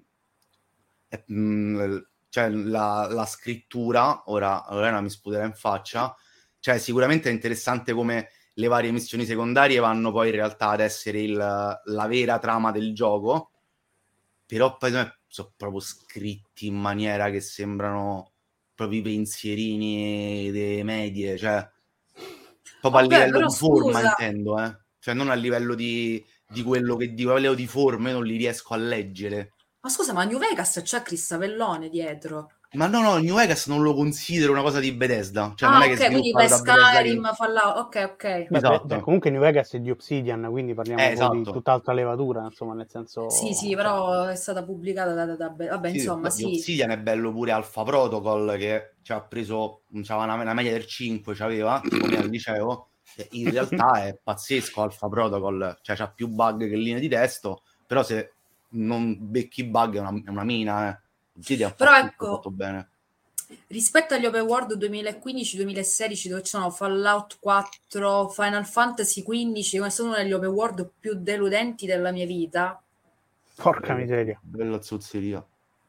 la scrittura. Ora Lorena mi sputerà in faccia, cioè sicuramente è interessante come le varie missioni secondarie vanno poi in realtà ad essere la vera trama del gioco, però poi sono proprio scritti in maniera che sembrano proprio i pensierini delle medie, cioè proprio a Vabbè, livello però di forma scusa, intendo, cioè non a livello di quello che dico, a livello di forme non li riesco a leggere. ma New Vegas c'è Cristavellone dietro. Ma no, New Vegas non lo considero una cosa di Bethesda, cioè non Ah, è che è ok, quindi sviluppato vai da Bethesda che... Skyrim, Fallout, ok, ok. Beh, Esatto, comunque New Vegas è di Obsidian, quindi parliamo proprio di esatto. tutt'altra levatura, insomma, nel Sì, sì, senso, cioè, però è stata pubblicata vabbè, Sì, insomma, di sì. Obsidian è bello pure Alpha Protocol che ci ha preso, c'aveva una media del 5, c'aveva, tipo me al liceo, e in realtà è pazzesco Alpha Protocol, cioè c'ha più bug che linee di testo, però se non becchi bug è una mina, Obsidian fa Però tutto ecco, fatto bene. rispetto agli open world 2015-2016 dove ci sono Fallout 4, Final Fantasy 15, questo è uno degli open world più deludenti della mia vita. porca miseria. Bella zozzeria.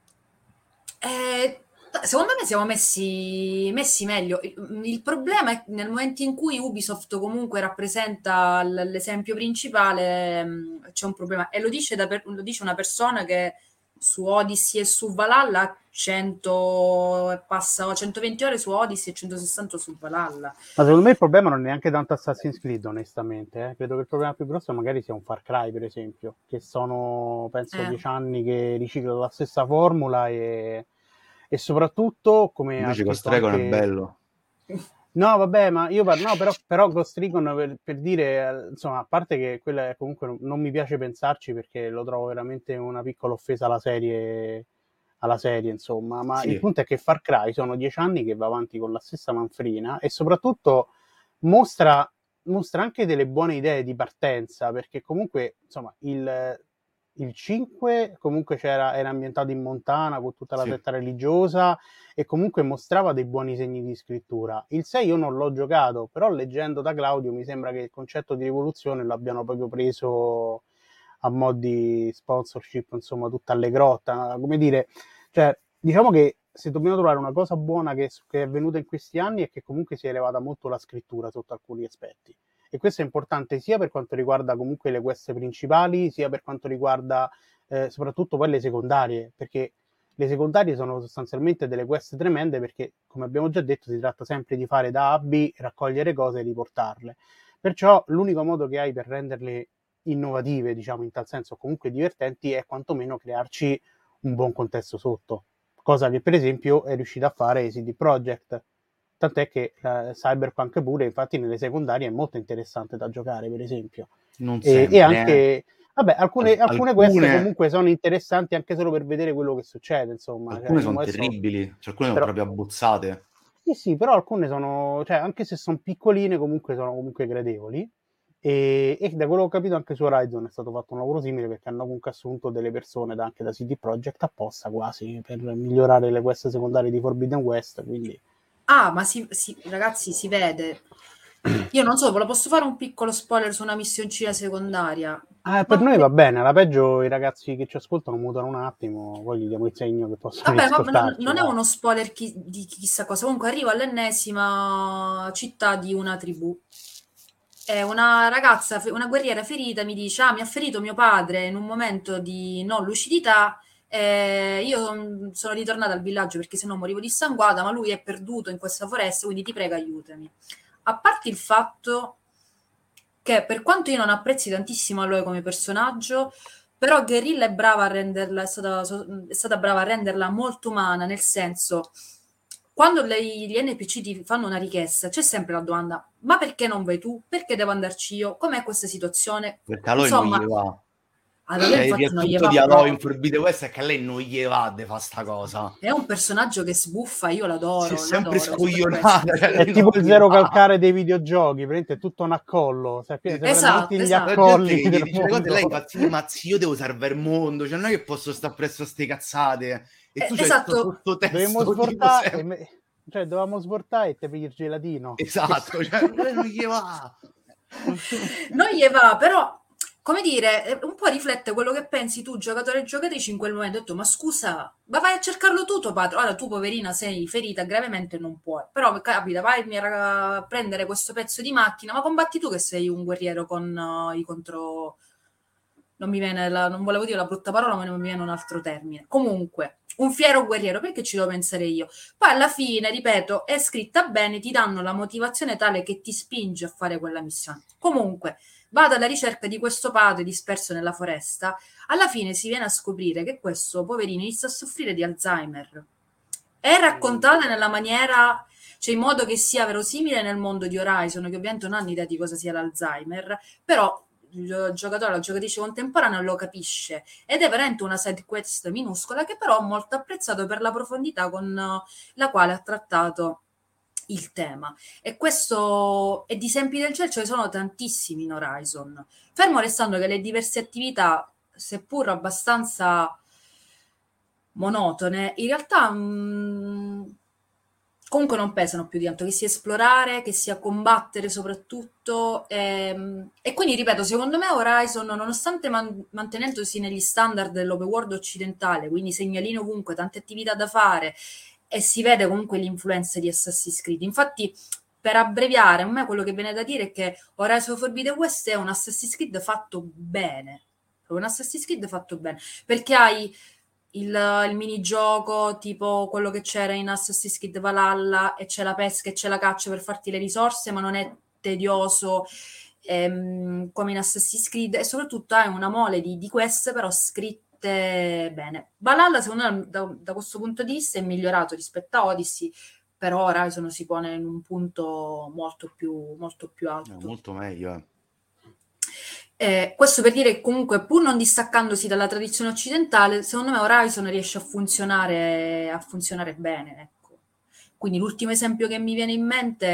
Secondo me siamo messi meglio. Il problema è nel momento in cui Ubisoft comunque rappresenta l'esempio principale, c'è un problema. E lo dice una persona che su Odyssey e su Valhalla ha 100 e passa 120 ore su Odyssey e 160 su Valhalla. Ma secondo me il problema non è neanche tanto Assassin's Creed, onestamente. Credo che il problema più grosso magari sia un Far Cry, per esempio, che sono, penso, Eh. 10 anni che riciclano la stessa formula e soprattutto, come ha Invece Ghost scritto Recon è anche... bello. No, vabbè, ma io parlo, no, però Ghost Recon per dire, insomma, a parte che quella comunque non mi piace pensarci perché lo trovo veramente una piccola offesa alla serie, insomma, ma il Sì, punto è che Far Cry sono 10 anni che va avanti con la stessa manfrina e soprattutto mostra, mostra anche delle buone idee di partenza, perché comunque, insomma, il 5 comunque era ambientato in montana con tutta la sì. setta religiosa e comunque mostrava dei buoni segni di scrittura. Il 6 io non l'ho giocato, però leggendo da Claudio mi sembra che il concetto di rivoluzione l'abbiano proprio preso a mo' di sponsorship, insomma, tutta alle grotta, come dire, cioè, diciamo che se dobbiamo trovare una cosa buona che è venuta in questi anni è che comunque si è elevata molto la scrittura sotto alcuni aspetti. E questo è importante sia per quanto riguarda comunque le quest principali, sia per quanto riguarda soprattutto poi le secondarie, perché le secondarie sono sostanzialmente delle quest tremende perché, come abbiamo già detto, si tratta sempre di fare da A a B, raccogliere cose e riportarle. Perciò l'unico modo che hai per renderle innovative, diciamo in tal senso, comunque divertenti, è quantomeno crearci un buon contesto sotto, cosa che per esempio è riuscita a fare CD Projekt. Tant'è che Cyberpunk pure, infatti, nelle secondarie è molto interessante da giocare, per esempio. Non E sempre, anche, vabbè, alcune quest alcune, comunque sono interessanti anche solo per vedere quello che succede, insomma. Cioè, alcune sono adesso, terribili, cioè alcune sono però, proprio abbozzate. sì, sì, però alcune sono, cioè, anche se sono piccoline, comunque sono comunque gradevoli. E da quello che ho capito anche su Horizon è stato fatto un lavoro simile perché hanno comunque assunto delle persone anche da CD Projekt apposta quasi per migliorare le quest secondarie di Forbidden West, quindi Ah, ma ragazzi, si vede. Io non so, ve lo posso fare un piccolo spoiler su una missioncina secondaria? per Ma noi per- va bene, alla peggio i ragazzi che ci ascoltano mutano un attimo, poi gli diamo il segno che possono Vabbè, ma riascoltarci, non è dai. uno spoiler di chissà cosa. Comunque arrivo all'ennesima città di una tribù. E una ragazza, una guerriera ferita, mi dice: Ah, mi ha ferito mio padre in un momento di non lucidità. Io sono ritornata al villaggio perché sennò morivo dissanguata, ma lui è perduto in questa foresta, quindi ti prego, aiutami. A parte il fatto che, per quanto io non apprezzi tantissimo Aloy come personaggio, però Guerrilla è brava a renderla, è stata brava a renderla molto umana, nel senso, quando gli NPC ti fanno una richiesta, c'è sempre la domanda: ma perché non vai tu? Perché devo andarci io? Com'è questa situazione? Perché a lui non Insomma, gli va. allora Il infatti non gli riassunto va di Aloy in proprio. Forbidden West è che a lei non gli va di fa sta cosa. È un personaggio che sbuffa, io Si è l'adoro, sempre l'adoro per questo. scoglionata. Cioè, È lei tipo non il gli zero va. calcare dei videogiochi, praticamente è tutto un accollo, si prende tutti Esatto, gli esatto. La gente accolli che gli del dice le cose, lei mondo. fa sì, ma sì, io devo salvare il mondo, cioè non è che posso stare presso a ste cazzate. E tu c'hai questo Esatto, Dovevamo sottotesto tipo svortare, sempre. cioè dovevamo svortare e te pigli il gelatino. Esatto, cioè lei non gli va. non gli va, però, come dire, un po' riflette quello che pensi tu, giocatore e giocatrice, in quel momento. Ho detto, ma scusa, ma vai a cercarlo tu tuo padre. Ora tu, poverina, sei ferita gravemente e non puoi. Però, capita, vai a prendere questo pezzo di macchina, ma combatti tu che sei un guerriero con i contro... Non mi viene non volevo dire la brutta parola, ma non mi viene un altro termine. Comunque, un fiero guerriero, perché ci devo pensare io? Poi alla fine, ripeto, è scritta bene, ti danno la motivazione tale che ti spinge a fare quella missione. Comunque, vado alla ricerca di questo padre disperso nella foresta. Alla fine si viene a scoprire che questo poverino inizia a soffrire di Alzheimer. È raccontata nella maniera, cioè in modo che sia verosimile nel mondo di Horizon, che ovviamente non hanno idea di cosa sia l'Alzheimer, però il giocatore, la giocatrice contemporanea lo capisce ed è veramente una side quest minuscola che però ho molto apprezzato per la profondità con la quale ha trattato il tema. E questo, e di esempi del genere ce ne sono tantissimi in Horizon, fermo restando che le diverse attività, seppur abbastanza monotone, in realtà comunque non pesano più di tanto, che sia esplorare, che sia combattere soprattutto. E quindi, ripeto, secondo me Horizon, nonostante mantenendosi negli standard dell'open world occidentale, quindi segnalini ovunque, tante attività da fare, e si vede comunque l'influenza di Assassin's Creed. Infatti, per abbreviare, a me quello che viene da dire è che Horizon Forbidden West è un Assassin's Creed fatto bene. È un Assassin's Creed fatto bene, perché hai il minigioco tipo quello che c'era in Assassin's Creed Valhalla e c'è la pesca e c'è la caccia per farti le risorse, ma non è tedioso come in Assassin's Creed, e soprattutto hai una mole di queste però scritte bene. Valhalla secondo me da questo punto di vista è migliorato rispetto a Odyssey, però Horizon si pone in un punto molto più alto. Molto meglio, Questo per dire che comunque, pur non distaccandosi dalla tradizione occidentale, secondo me Horizon riesce a funzionare bene. Ecco. Quindi l'ultimo esempio che mi viene in mente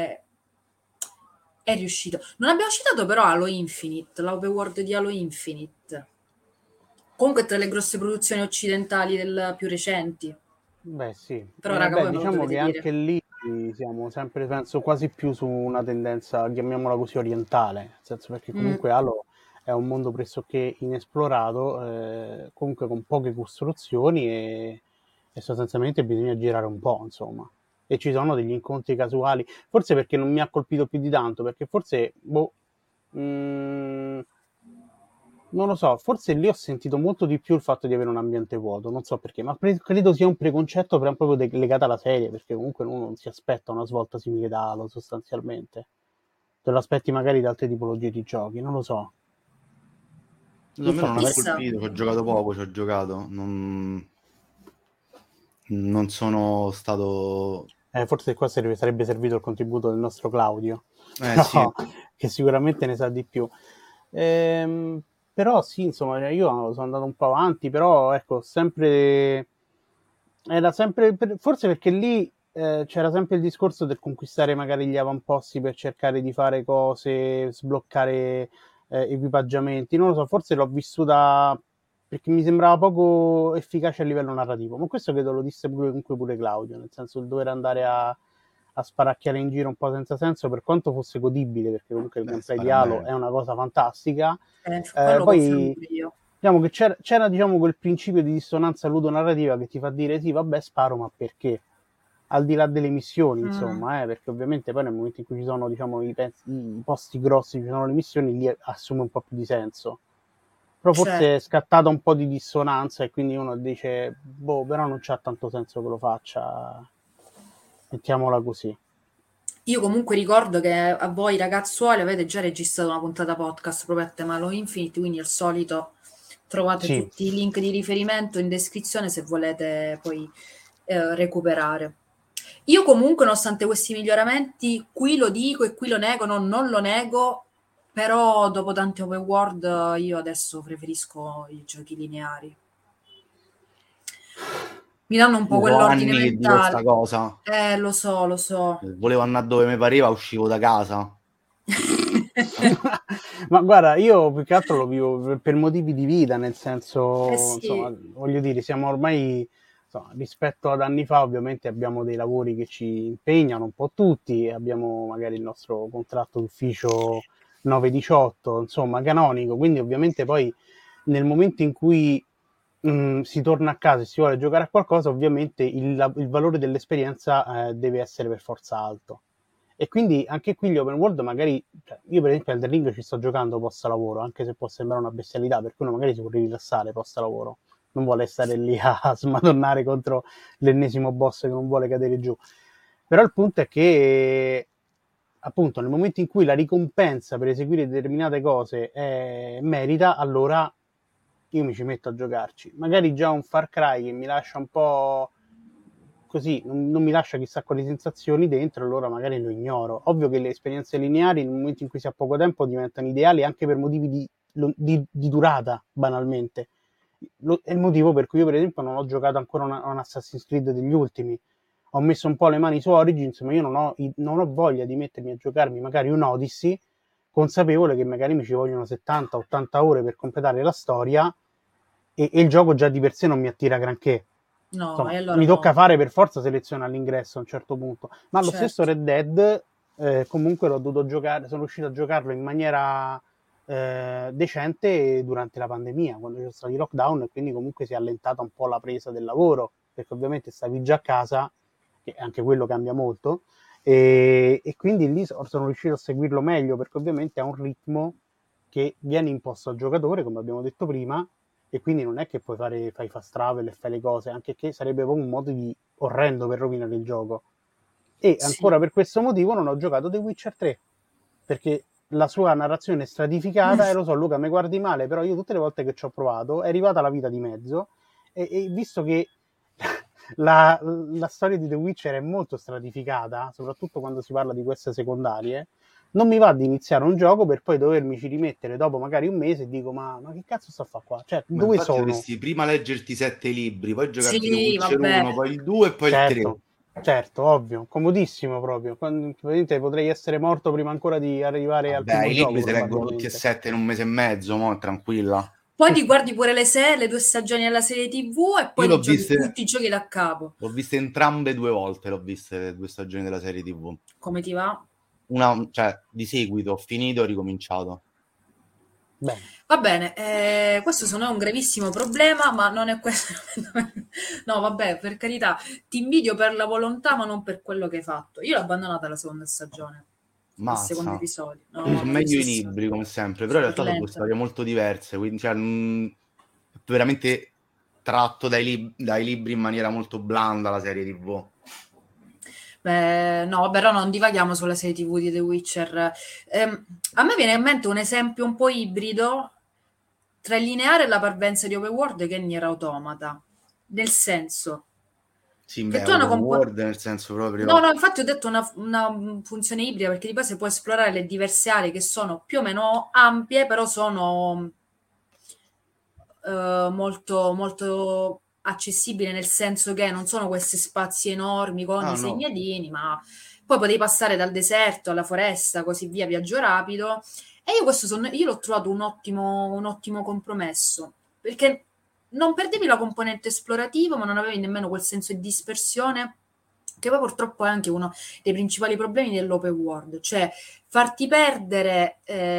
è riuscito. Non abbiamo citato però Halo Infinite, l'open world di Halo Infinite. Comunque tra le grosse produzioni occidentali più recenti. Beh, sì. Però raga, voi me lo Diciamo dovete che dire. anche lì siamo sempre, penso, quasi più su una tendenza, chiamiamola così, orientale, nel senso perché comunque Halo è un mondo pressoché inesplorato, comunque con poche costruzioni e sostanzialmente bisogna girare un po', insomma. E ci sono degli incontri casuali, forse perché non mi ha colpito più di tanto, perché forse, non lo so, forse lì ho sentito molto di più il fatto di avere un ambiente vuoto, non so perché, ma credo sia un preconcetto proprio legato alla serie, perché comunque uno non si aspetta una svolta simile da Halo sostanzialmente. Te lo aspetti magari da altre tipologie di giochi, non lo so. a me non ha Chissà. colpito, ci ho giocato poco, non sono stato... Forse qua sarebbe servito il contributo del nostro Claudio, sì. no, che sicuramente ne sa di più. Però sì, insomma, io sono andato un po' avanti, però ecco, era sempre, forse perché lì c'era sempre il discorso del conquistare magari gli avamposti per cercare di fare cose, sbloccare equipaggiamenti, non lo so, forse l'ho vissuta perché mi sembrava poco efficace a livello narrativo, ma questo credo lo disse comunque pure Claudio, nel senso il dover andare a sparacchiare in giro un po' senza senso, per quanto fosse godibile, perché comunque il gameplay di Halo è una cosa fantastica. Quello confermo Poi io. diciamo che c'era diciamo quel principio di dissonanza ludonarrativa che ti fa dire sì, vabbè, sparo, ma perché? Al di là delle missioni, insomma, perché ovviamente poi nel momento in cui ci sono diciamo i posti grossi, ci sono le missioni, lì assume un po' più di senso. Però forse è scattata un po' di dissonanza e quindi uno dice, boh, però non c'ha tanto senso che lo faccia, mettiamola così. Io comunque ricordo che a voi ragazzuoli avete già registrato una puntata podcast proprio a tema Halo Infinite, quindi al solito trovate Sì. tutti i link di riferimento in descrizione se volete poi recuperare. Io comunque, nonostante questi miglioramenti, qui lo dico e qui lo nego, non lo nego, però dopo tanti open world io adesso preferisco i giochi lineari. Mi danno un po' Io so quell'ordine anni che dico sta mentale. cosa. Lo so, lo so. Volevo andare dove mi pareva, uscivo da casa. Ma guarda, io più che altro lo vivo per motivi di vita, nel senso, insomma, Sì, voglio dire, siamo ormai, insomma, rispetto ad anni fa, ovviamente abbiamo dei lavori che ci impegnano un po' tutti, abbiamo magari il nostro contratto d'ufficio 9-18, insomma, canonico, quindi ovviamente poi nel momento in cui si torna a casa e si vuole giocare a qualcosa, ovviamente il valore dell'esperienza deve essere per forza alto. E quindi anche qui gli open world magari, cioè, io per esempio Elden Ring ci sto giocando post lavoro, anche se può sembrare una bestialità, perché uno magari si può rilassare post lavoro, non vuole stare lì a smadonnare contro l'ennesimo boss che non vuole cadere giù. Però il punto è che appunto nel momento in cui la ricompensa per eseguire determinate cose merita, allora io mi ci metto a giocarci. Magari già un Far Cry che mi lascia un po' così, non mi lascia chissà quali sensazioni dentro, allora magari lo ignoro. Ovvio che le esperienze lineari nel momento in cui si ha poco tempo diventano ideali anche per motivi di durata, banalmente. È il motivo per cui io per esempio non ho giocato ancora un Assassin's Creed degli ultimi. Ho messo un po' le mani su Origins, ma io non ho voglia di mettermi a giocarmi magari un Odyssey, consapevole che magari mi ci vogliono 70-80 ore per completare la storia e il gioco già di per sé non mi attira granché. no, e Insomma, allora mi tocca no, fare per forza selezione all'ingresso a un certo punto. Ma lo stesso certo. Red Dead, comunque l'ho dovuto giocare, sono riuscito a giocarlo in maniera decente durante la pandemia, quando ci sono stati i lockdown, e quindi comunque si è allentata un po' la presa del lavoro, perché ovviamente stavi già a casa, e anche quello cambia molto, e quindi lì sono riuscito a seguirlo meglio, perché ovviamente ha un ritmo che viene imposto al giocatore, come abbiamo detto prima, e quindi non è che fai fast travel e fai le cose, anche che sarebbe proprio un modo di orrendo per rovinare il gioco. E Sì. ancora per questo motivo non ho giocato The Witcher 3, perché la sua narrazione è stratificata, e lo so Luca, mi guardi male, però io tutte le volte che ci ho provato è arrivata la vita di mezzo, e visto che la storia di The Witcher è molto stratificata, soprattutto quando si parla di queste secondarie, non mi va di iniziare un gioco per poi dovermici rimettere dopo magari un mese e dico ma che cazzo sto a fare qua? Cioè, Ma dove infatti sono? dovresti prima leggerti 7 libri, poi giocarti The Sì, Witcher vabbè. 1, poi il 2 e poi il 3. Certo, certo, ovvio, comodissimo proprio. Praticamente potrei essere morto prima ancora di arrivare al Vabbè, primo i gioco, libri si leggono tutti e probabilmente. 7 in un mese e mezzo, mo, tranquilla. Poi ti guardi pure le 2 stagioni della serie TV e Io poi ti giochi tutti i giochi da capo. l'ho viste entrambe 2 volte, l'ho viste le 2 stagioni della serie TV. Come ti va? Una, cioè, di seguito, ho finito e ho ricominciato. Bene. Va bene, questo secondo me è un gravissimo problema, ma non è questo. No, vabbè, per carità, ti invidio per la volontà, ma non per quello che hai fatto. Io l'ho abbandonata la seconda stagione, il secondo Mazza. episodio. No, Sono no, io meglio sono i libri, come sempre, però in super realtà sono due lenta. storie molto diverse, quindi cioè, veramente tratto dai libri in maniera molto blanda la serie TV. Beh, no, però non divaghiamo sulla serie TV di The Witcher. A me viene in mente un esempio un po' ibrido tra il lineare e la parvenza di Open World che è Nier Automata. Nel senso Sì, che beh, tu hai una open componente. world nel senso No, proprio... no, infatti ho detto una funzione ibrida perché di base puoi esplorare le diverse aree che sono più o meno ampie, però sono molto, molto accessibili nel senso che non sono questi spazi enormi con Ah, i no. segnalini, ma poi potevi passare dal deserto alla foresta, così via, viaggio rapido. E io l'ho trovato un ottimo compromesso perché non perdevi la componente esplorativa, ma non avevi nemmeno quel senso di dispersione che poi purtroppo è anche uno dei principali problemi dell'open world, cioè farti perdere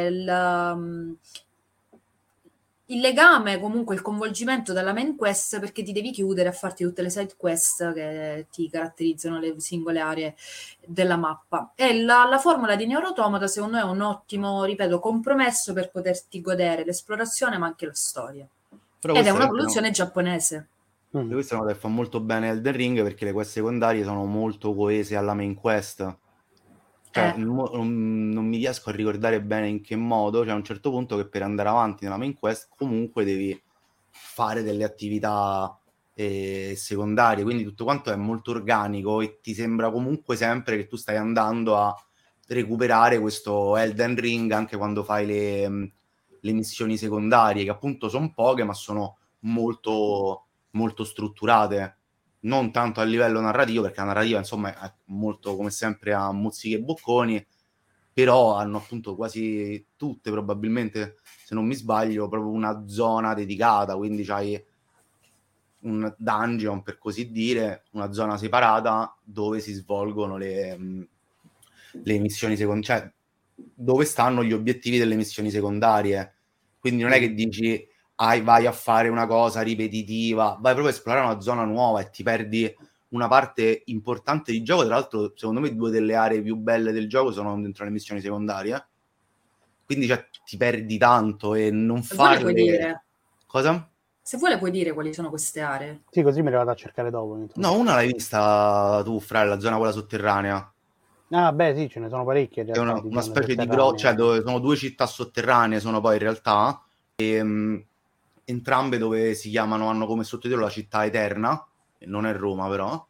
il legame, comunque il coinvolgimento dalla main quest perché ti devi chiudere a farti tutte le side quest che ti caratterizzano le singole aree della mappa. E la formula di Nier Automata secondo me è un ottimo, ripeto, compromesso per poterti godere l'esplorazione ma anche la storia. Però Ed è questa una per esempio, produzione giapponese. Mm. questa è una cosa che fa molto bene Elden Ring perché le quest secondarie sono molto coese alla main quest. Cioè, Eh, non mi riesco a ricordare bene in che modo, cioè a un certo punto che per andare avanti nella main quest comunque devi fare delle attività secondarie, quindi tutto quanto è molto organico e ti sembra comunque sempre che tu stai andando a recuperare questo Elden Ring anche quando fai le missioni secondarie, che appunto sono poche ma sono molto, molto strutturate, non tanto a livello narrativo, perché la narrativa insomma è molto come sempre a muzziche e bocconi, però hanno appunto quasi tutte, probabilmente se non mi sbaglio, proprio una zona dedicata, quindi c'hai un dungeon, per così dire, una zona separata dove si svolgono le missioni secondarie, cioè dove stanno gli obiettivi delle missioni secondarie. Quindi non è che dici vai a fare una cosa ripetitiva, vai proprio a esplorare una zona nuova e ti perdi una parte importante di gioco. Tra l'altro, secondo me, due delle aree più belle del gioco sono dentro le missioni secondarie. Quindi cioè, ti perdi tanto e non Se vuole puoi farle... dire. Cosa? Se vuole puoi dire quali sono queste aree. Sì, così me le vado a cercare dopo. No, una l'hai vista tu, fra la zona quella sotterranea. Ah, beh, sì, ce ne sono parecchie in È realtà di una zone specie di cioè sotterranee. dove sono due città sotterranee, sono poi in realtà, e, entrambe dove si chiamano, hanno come sottotitolo la città eterna, non è Roma però,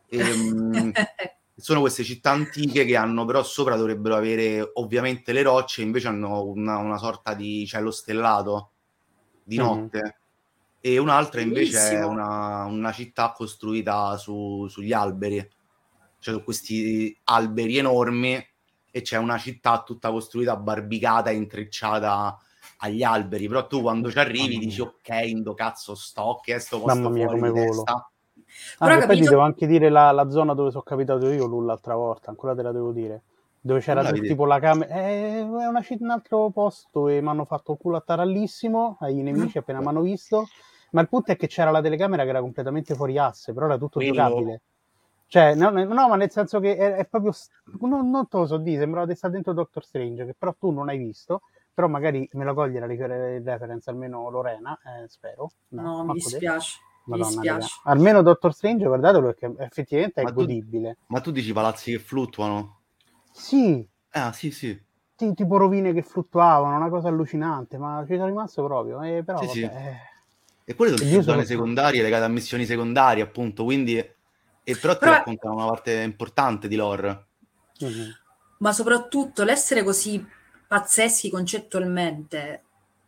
sono queste città antiche che hanno però sopra dovrebbero avere ovviamente le rocce, invece hanno una sorta di cielo stellato di notte, e un'altra invece è Bellissimo. una città costruita sugli alberi, cioè su questi alberi enormi, e c'è una città tutta costruita barbicata e intrecciata agli alberi, però tu quando ci arrivi dici ok, indo cazzo sto, che è sto posto Mamma mia, fuori come di volo. testa. Ah, Però che poi ti devo capito? anche dire la zona dove sono capitato io l'altra volta, ancora te la devo dire. Dove Non c'era l'avevi tipo detto? la camera. È un altro posto e mi hanno fatto il culo a tarallissimo ai nemici appena mi hanno visto. Ma il punto è che c'era la telecamera che era completamente fuori asse, però era tutto Quello, giocabile. Cioè, no, ma nel senso che è proprio. Non te lo so dire, sembrava di stare dentro Doctor Strange, che però tu non hai visto. Però magari me lo coglie la reference, almeno Lorena, spero. No, No, mi manco te. dispiace. Mi Madonna, raga. dispiace. Almeno Doctor Strange, guardatelo perché effettivamente è ma tu, godibile. ma tu dici palazzi che fluttuano? Sì, Ah, sì, sì, sì, tipo rovine che fluttuavano, una cosa allucinante, ma ci sono rimasto proprio. Però sì, vabbè. sì. E quelle sono E io tutte sono. zone secondarie legate a missioni secondarie, appunto, quindi... E però ti Però, raccontano una parte importante di lore. Mhm. ma soprattutto l'essere così pazzeschi concettualmente,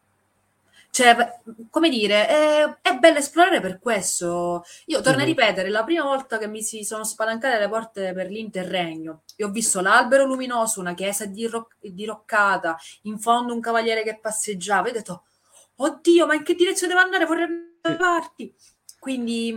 cioè, come dire, è bello esplorare per questo. Io torno a Mhm. ripetere, la prima volta che mi si sono spalancate le porte per l'Interregno, e ho visto l'albero luminoso, una chiesa diroccata, in fondo un cavaliere che passeggiava, e ho detto, oddio, ma in che direzione devo andare? Vorrei andare parti. Quindi,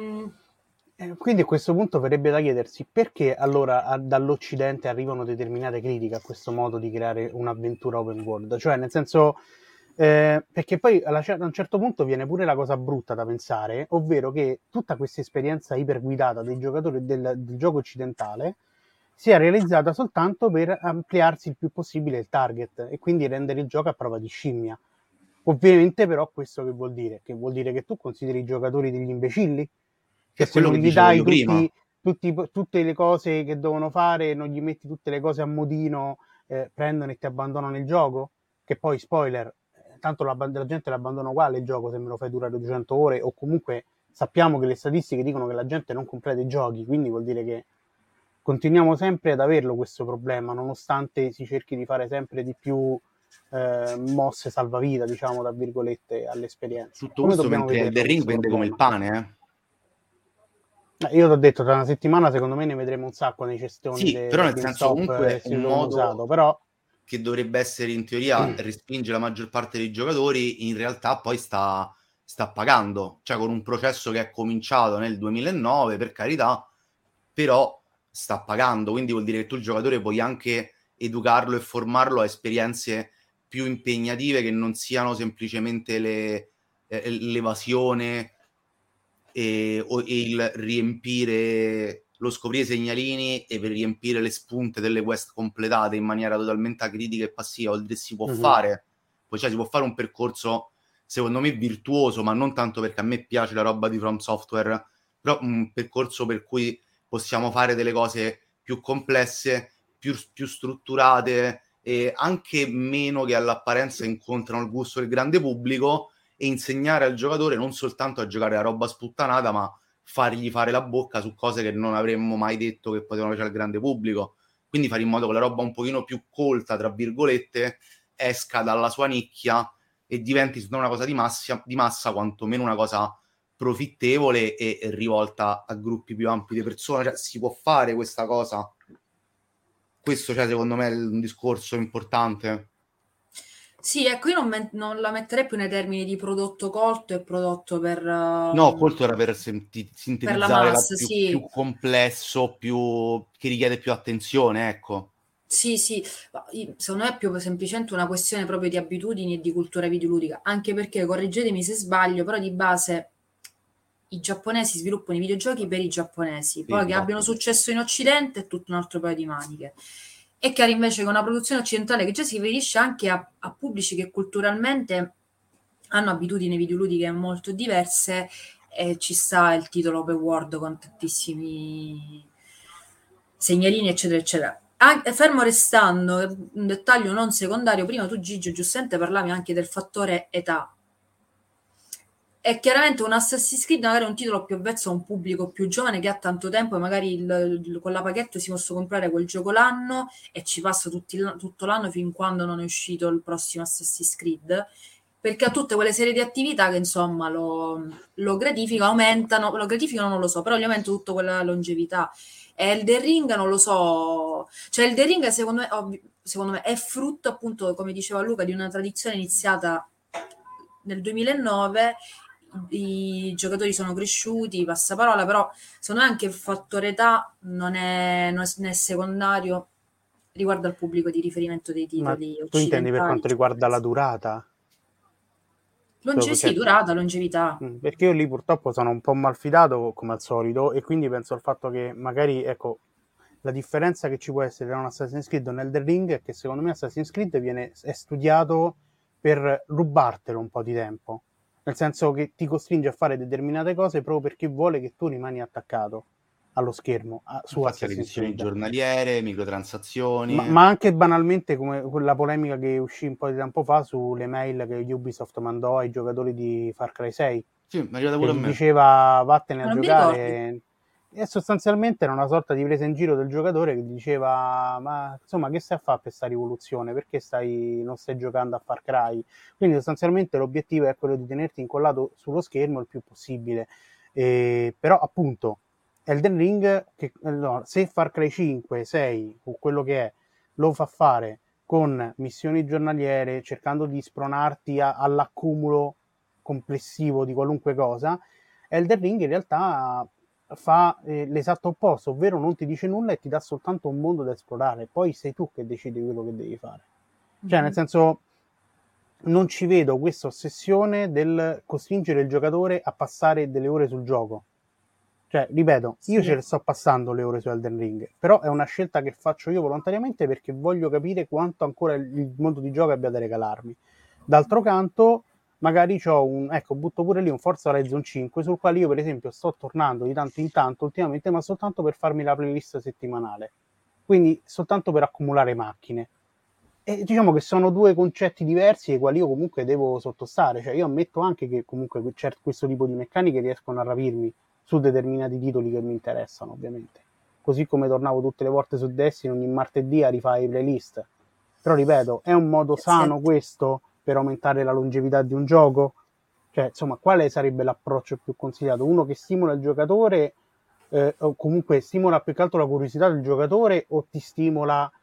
Quindi a questo punto verrebbe da chiedersi perché allora dall'Occidente arrivano determinate critiche a questo modo di creare un'avventura open world, cioè nel senso perché poi a un certo punto viene pure la cosa brutta da pensare, ovvero che tutta questa esperienza iperguidata dei giocatori del gioco occidentale sia realizzata soltanto per ampliarsi il più possibile il target e quindi rendere il gioco a prova di scimmia. Ovviamente però questo che vuol dire? Che vuol dire che tu consideri i giocatori degli imbecilli? Che Che è se quello non che gli dicevo dai io prima. tutte le cose che devono fare, non gli metti tutte le cose a modino, prendono e ti abbandonano il gioco? Che poi, spoiler, tanto la gente l'abbandona uguale il gioco se me lo fai durare 200 ore, o comunque sappiamo che le statistiche dicono che la gente non completa i giochi, quindi vuol dire che continuiamo sempre ad averlo questo problema, nonostante si cerchi di fare sempre di più mosse salvavita, diciamo, tra virgolette, all'esperienza. Tutto Come questo dobbiamo mentre Elden vederlo Ring questo vende come il problema? pane, eh? Io ti ho detto, tra una settimana secondo me ne vedremo un sacco nei cestoni Sì, però del nel senso GameStop comunque è un sito usato, modo però che dovrebbe essere in teoria respinge la maggior parte dei giocatori, in realtà poi sta pagando, cioè con un processo che è cominciato nel 2009, per carità, però sta pagando, quindi vuol dire che tu il giocatore puoi anche educarlo e formarlo a esperienze più impegnative che non siano semplicemente l'evasione e il riempire, lo scoprire segnalini e per riempire le spunte delle quest completate in maniera totalmente acritica e passiva, oltre si può fare, cioè si può fare un percorso secondo me virtuoso, ma non tanto perché a me piace la roba di From Software, però un percorso per cui possiamo fare delle cose più complesse, più strutturate e anche meno che all'apparenza incontrano il gusto del grande pubblico, e insegnare al giocatore non soltanto a giocare la roba sputtanata, ma fargli fare la bocca su cose che non avremmo mai detto che potevano piacere al grande pubblico. Quindi fare in modo che la roba un pochino più colta, tra virgolette, esca dalla sua nicchia e diventi non una cosa di massa, quantomeno una cosa profittevole e rivolta a gruppi più ampi di persone. Cioè, si può fare questa cosa? Questo, cioè, secondo me, è un discorso importante. Sì, ecco, io non la metterei più nei termini di prodotto colto e prodotto per, No, questo era per per la sintetizzare massa, più sì. complesso, che richiede più attenzione, ecco. Sì, sì, ma secondo me è più semplicemente una questione proprio di abitudini e di cultura videoludica, anche perché, correggetemi se sbaglio, però di base i giapponesi sviluppano i videogiochi per i giapponesi, Sì, poi che infatti. abbiano successo in Occidente è tutto un altro paio di maniche. È chiaro invece che una produzione occidentale che già si riferisce anche a pubblici che culturalmente hanno abitudini videoludiche molto diverse, e ci sta il titolo open world con tantissimi segnalini, eccetera, eccetera. Fermo restando un dettaglio non secondario, prima tu Gigio giustamente parlavi anche del fattore età. È chiaramente un Assassin's Creed magari è un titolo più avvezzo a un pubblico più giovane che ha tanto tempo e magari con la pacchetto si possa comprare quel gioco l'anno e ci passa tutto l'anno fin quando non è uscito il prossimo Assassin's Creed, perché ha tutte quelle serie di attività che insomma lo gratificano, aumentano, lo gratificano non lo so, però gli aumenta tutta quella longevità. E Elden Ring non lo so, cioè Elden Ring secondo me è frutto appunto, come diceva Luca, di una tradizione iniziata nel 2009. I giocatori sono cresciuti, passaparola, però secondo me anche il fattore età non è secondario riguardo al pubblico di riferimento dei Ma titoli tu intendi per occidentali, quanto riguarda la giapponesi. durata? Sì, Cioè, durata, longevità. perché io lì purtroppo sono un po' malfidato come al solito e quindi penso al fatto che magari, ecco, la differenza che ci può essere tra un Assassin's Creed e un Elden Ring è che secondo me Assassin's Creed è studiato per rubartelo un po' di tempo, nel senso che ti costringe a fare determinate cose proprio perché vuole che tu rimani attaccato allo schermo su Infatti, alle Assassin's missioni Creed. giornaliere, microtransazioni. Ma anche banalmente come quella polemica che uscì un po' di tempo fa sulle mail che Ubisoft mandò ai giocatori di Far Cry 6, Sì, mi è arrivata che pure a gli me. diceva vattene a Non mi ricordo. giocare, e sostanzialmente era una sorta di presa in giro del giocatore che gli diceva ma insomma che stai a fare per questa rivoluzione, perché non stai giocando a Far Cry? Quindi sostanzialmente l'obiettivo è quello di tenerti incollato sullo schermo il più possibile, però appunto Elden Ring, no, se Far Cry 5, 6 o quello che è lo fa fare con missioni giornaliere, cercando di spronarti all'accumulo complessivo di qualunque cosa, Elden Ring in realtà fa l'esatto opposto, ovvero non ti dice nulla e ti dà soltanto un mondo da esplorare, poi sei tu che decidi quello che devi fare. Cioè, nel senso, non ci vedo questa ossessione del costringere il giocatore a passare delle ore sul gioco. Cioè, ripeto, io ce Sì. le sto passando le ore su Elden Ring, però è una scelta che faccio io volontariamente perché voglio capire quanto ancora il mondo di gioco abbia da regalarmi. D'altro canto, magari butto pure lì un Forza Horizon 5 sul quale io per esempio sto tornando di tanto in tanto ultimamente, ma soltanto per farmi la playlist settimanale. Quindi soltanto per accumulare macchine. E diciamo che sono due concetti diversi ai quali io comunque devo sottostare. Cioè io ammetto anche che comunque questo tipo di meccaniche riescono a rapirmi su determinati titoli che mi interessano, ovviamente. Così come tornavo tutte le volte su Destiny ogni martedì a rifare i playlist. Però ripeto, è un modo Sì. sano questo per aumentare la longevità di un gioco? Cioè, insomma, quale sarebbe l'approccio più consigliato? Uno che stimola il giocatore, o comunque stimola più che altro la curiosità del giocatore, o ti stimola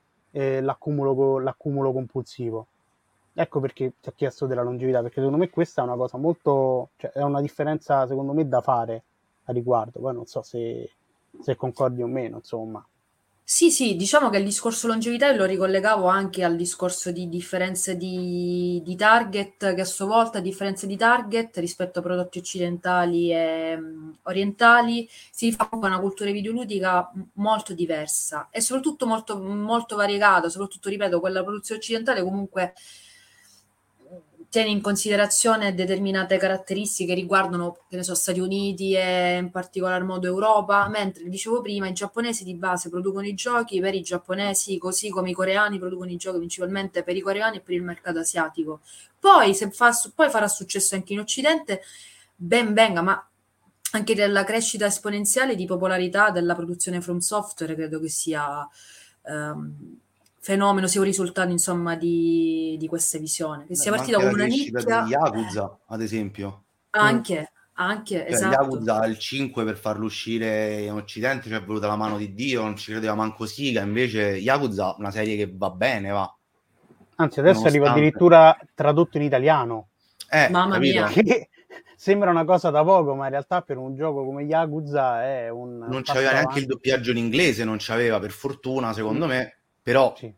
l'accumulo compulsivo? Ecco perché ti ho chiesto della longevità, perché secondo me questa è una cosa molto, cioè è una differenza secondo me da fare a riguardo. Poi non so se concordi o meno, insomma. Sì, sì, diciamo che il discorso longevità lo ricollegavo anche al discorso di differenze di target, che a sua volta differenze di target rispetto a prodotti occidentali e orientali si fa con una cultura videoludica molto diversa e soprattutto molto, molto variegata, soprattutto, ripeto, quella produzione occidentale comunque tiene in considerazione determinate caratteristiche che riguardano, che ne so, Stati Uniti e in particolar modo Europa, mentre dicevo prima i giapponesi di base producono i giochi per i giapponesi, così come i coreani producono i giochi principalmente per i coreani e per il mercato asiatico. Poi poi farà successo anche in Occidente, ben venga, ma anche della crescita esponenziale di popolarità della produzione From Software credo che sia fenomeno, sia un risultato insomma di questa visione, che sia Ma partita anche come la una crescita di nicchia, Yakuza, ad esempio. anche, Cioè, esatto. Yakuza il 5 per farlo uscire in Occidente ci è voluta la mano di Dio, non ci credeva manco Siga, invece Yakuza una serie che va bene, va. Anzi, adesso arriva Nonostante... addirittura tradotto in italiano. Mamma capito? mia. Che sembra una cosa da poco, ma in realtà per un gioco come Yakuza è un Non passo c'aveva neanche avanti. il doppiaggio in inglese, non c'aveva per fortuna, secondo me, però... Sì.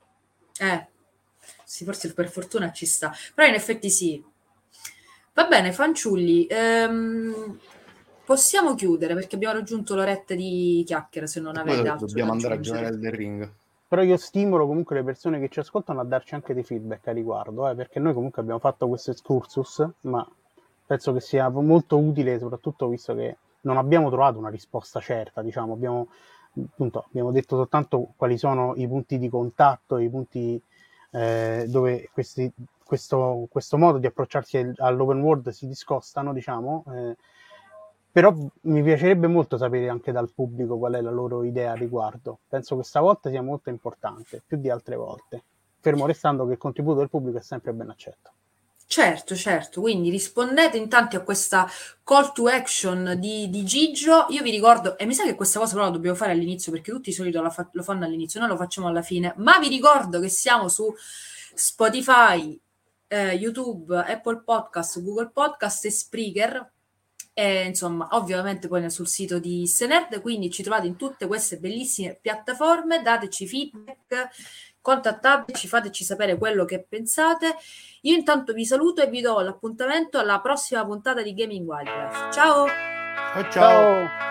Sì, forse per fortuna ci sta, però in effetti sì. Va bene, fanciulli, possiamo chiudere perché abbiamo raggiunto l'oretta di chiacchiere, se non E avete poi altro da dobbiamo andare a giocare aggiungere. al The Ring. Però io stimolo comunque le persone che ci ascoltano a darci anche dei feedback a riguardo, perché noi comunque abbiamo fatto questo excursus, ma penso che sia molto utile, soprattutto visto che non abbiamo trovato una risposta certa, diciamo, abbiamo detto soltanto quali sono i punti di contatto, i punti dove questo modo di approcciarsi all'open world si discostano, diciamo, però mi piacerebbe molto sapere anche dal pubblico qual è la loro idea a riguardo. Penso che stavolta sia molto importante, più di altre volte, fermo restando che il contributo del pubblico è sempre ben accetto. Certo, quindi rispondete intanto a questa call to action di Gigio. Io vi ricordo, e mi sa che questa cosa però la dobbiamo fare all'inizio perché tutti di solito lo fanno all'inizio, noi lo facciamo alla fine, ma vi ricordo che siamo su Spotify, YouTube, Apple Podcast, Google Podcast e Spreaker. E, insomma, ovviamente poi sul sito di Senerd, quindi ci trovate in tutte queste bellissime piattaforme, dateci feedback, contattateci, fateci sapere quello che pensate. Io intanto vi saluto e vi do l'appuntamento alla prossima puntata di Gaming Wildlife. Ciao! Ciao!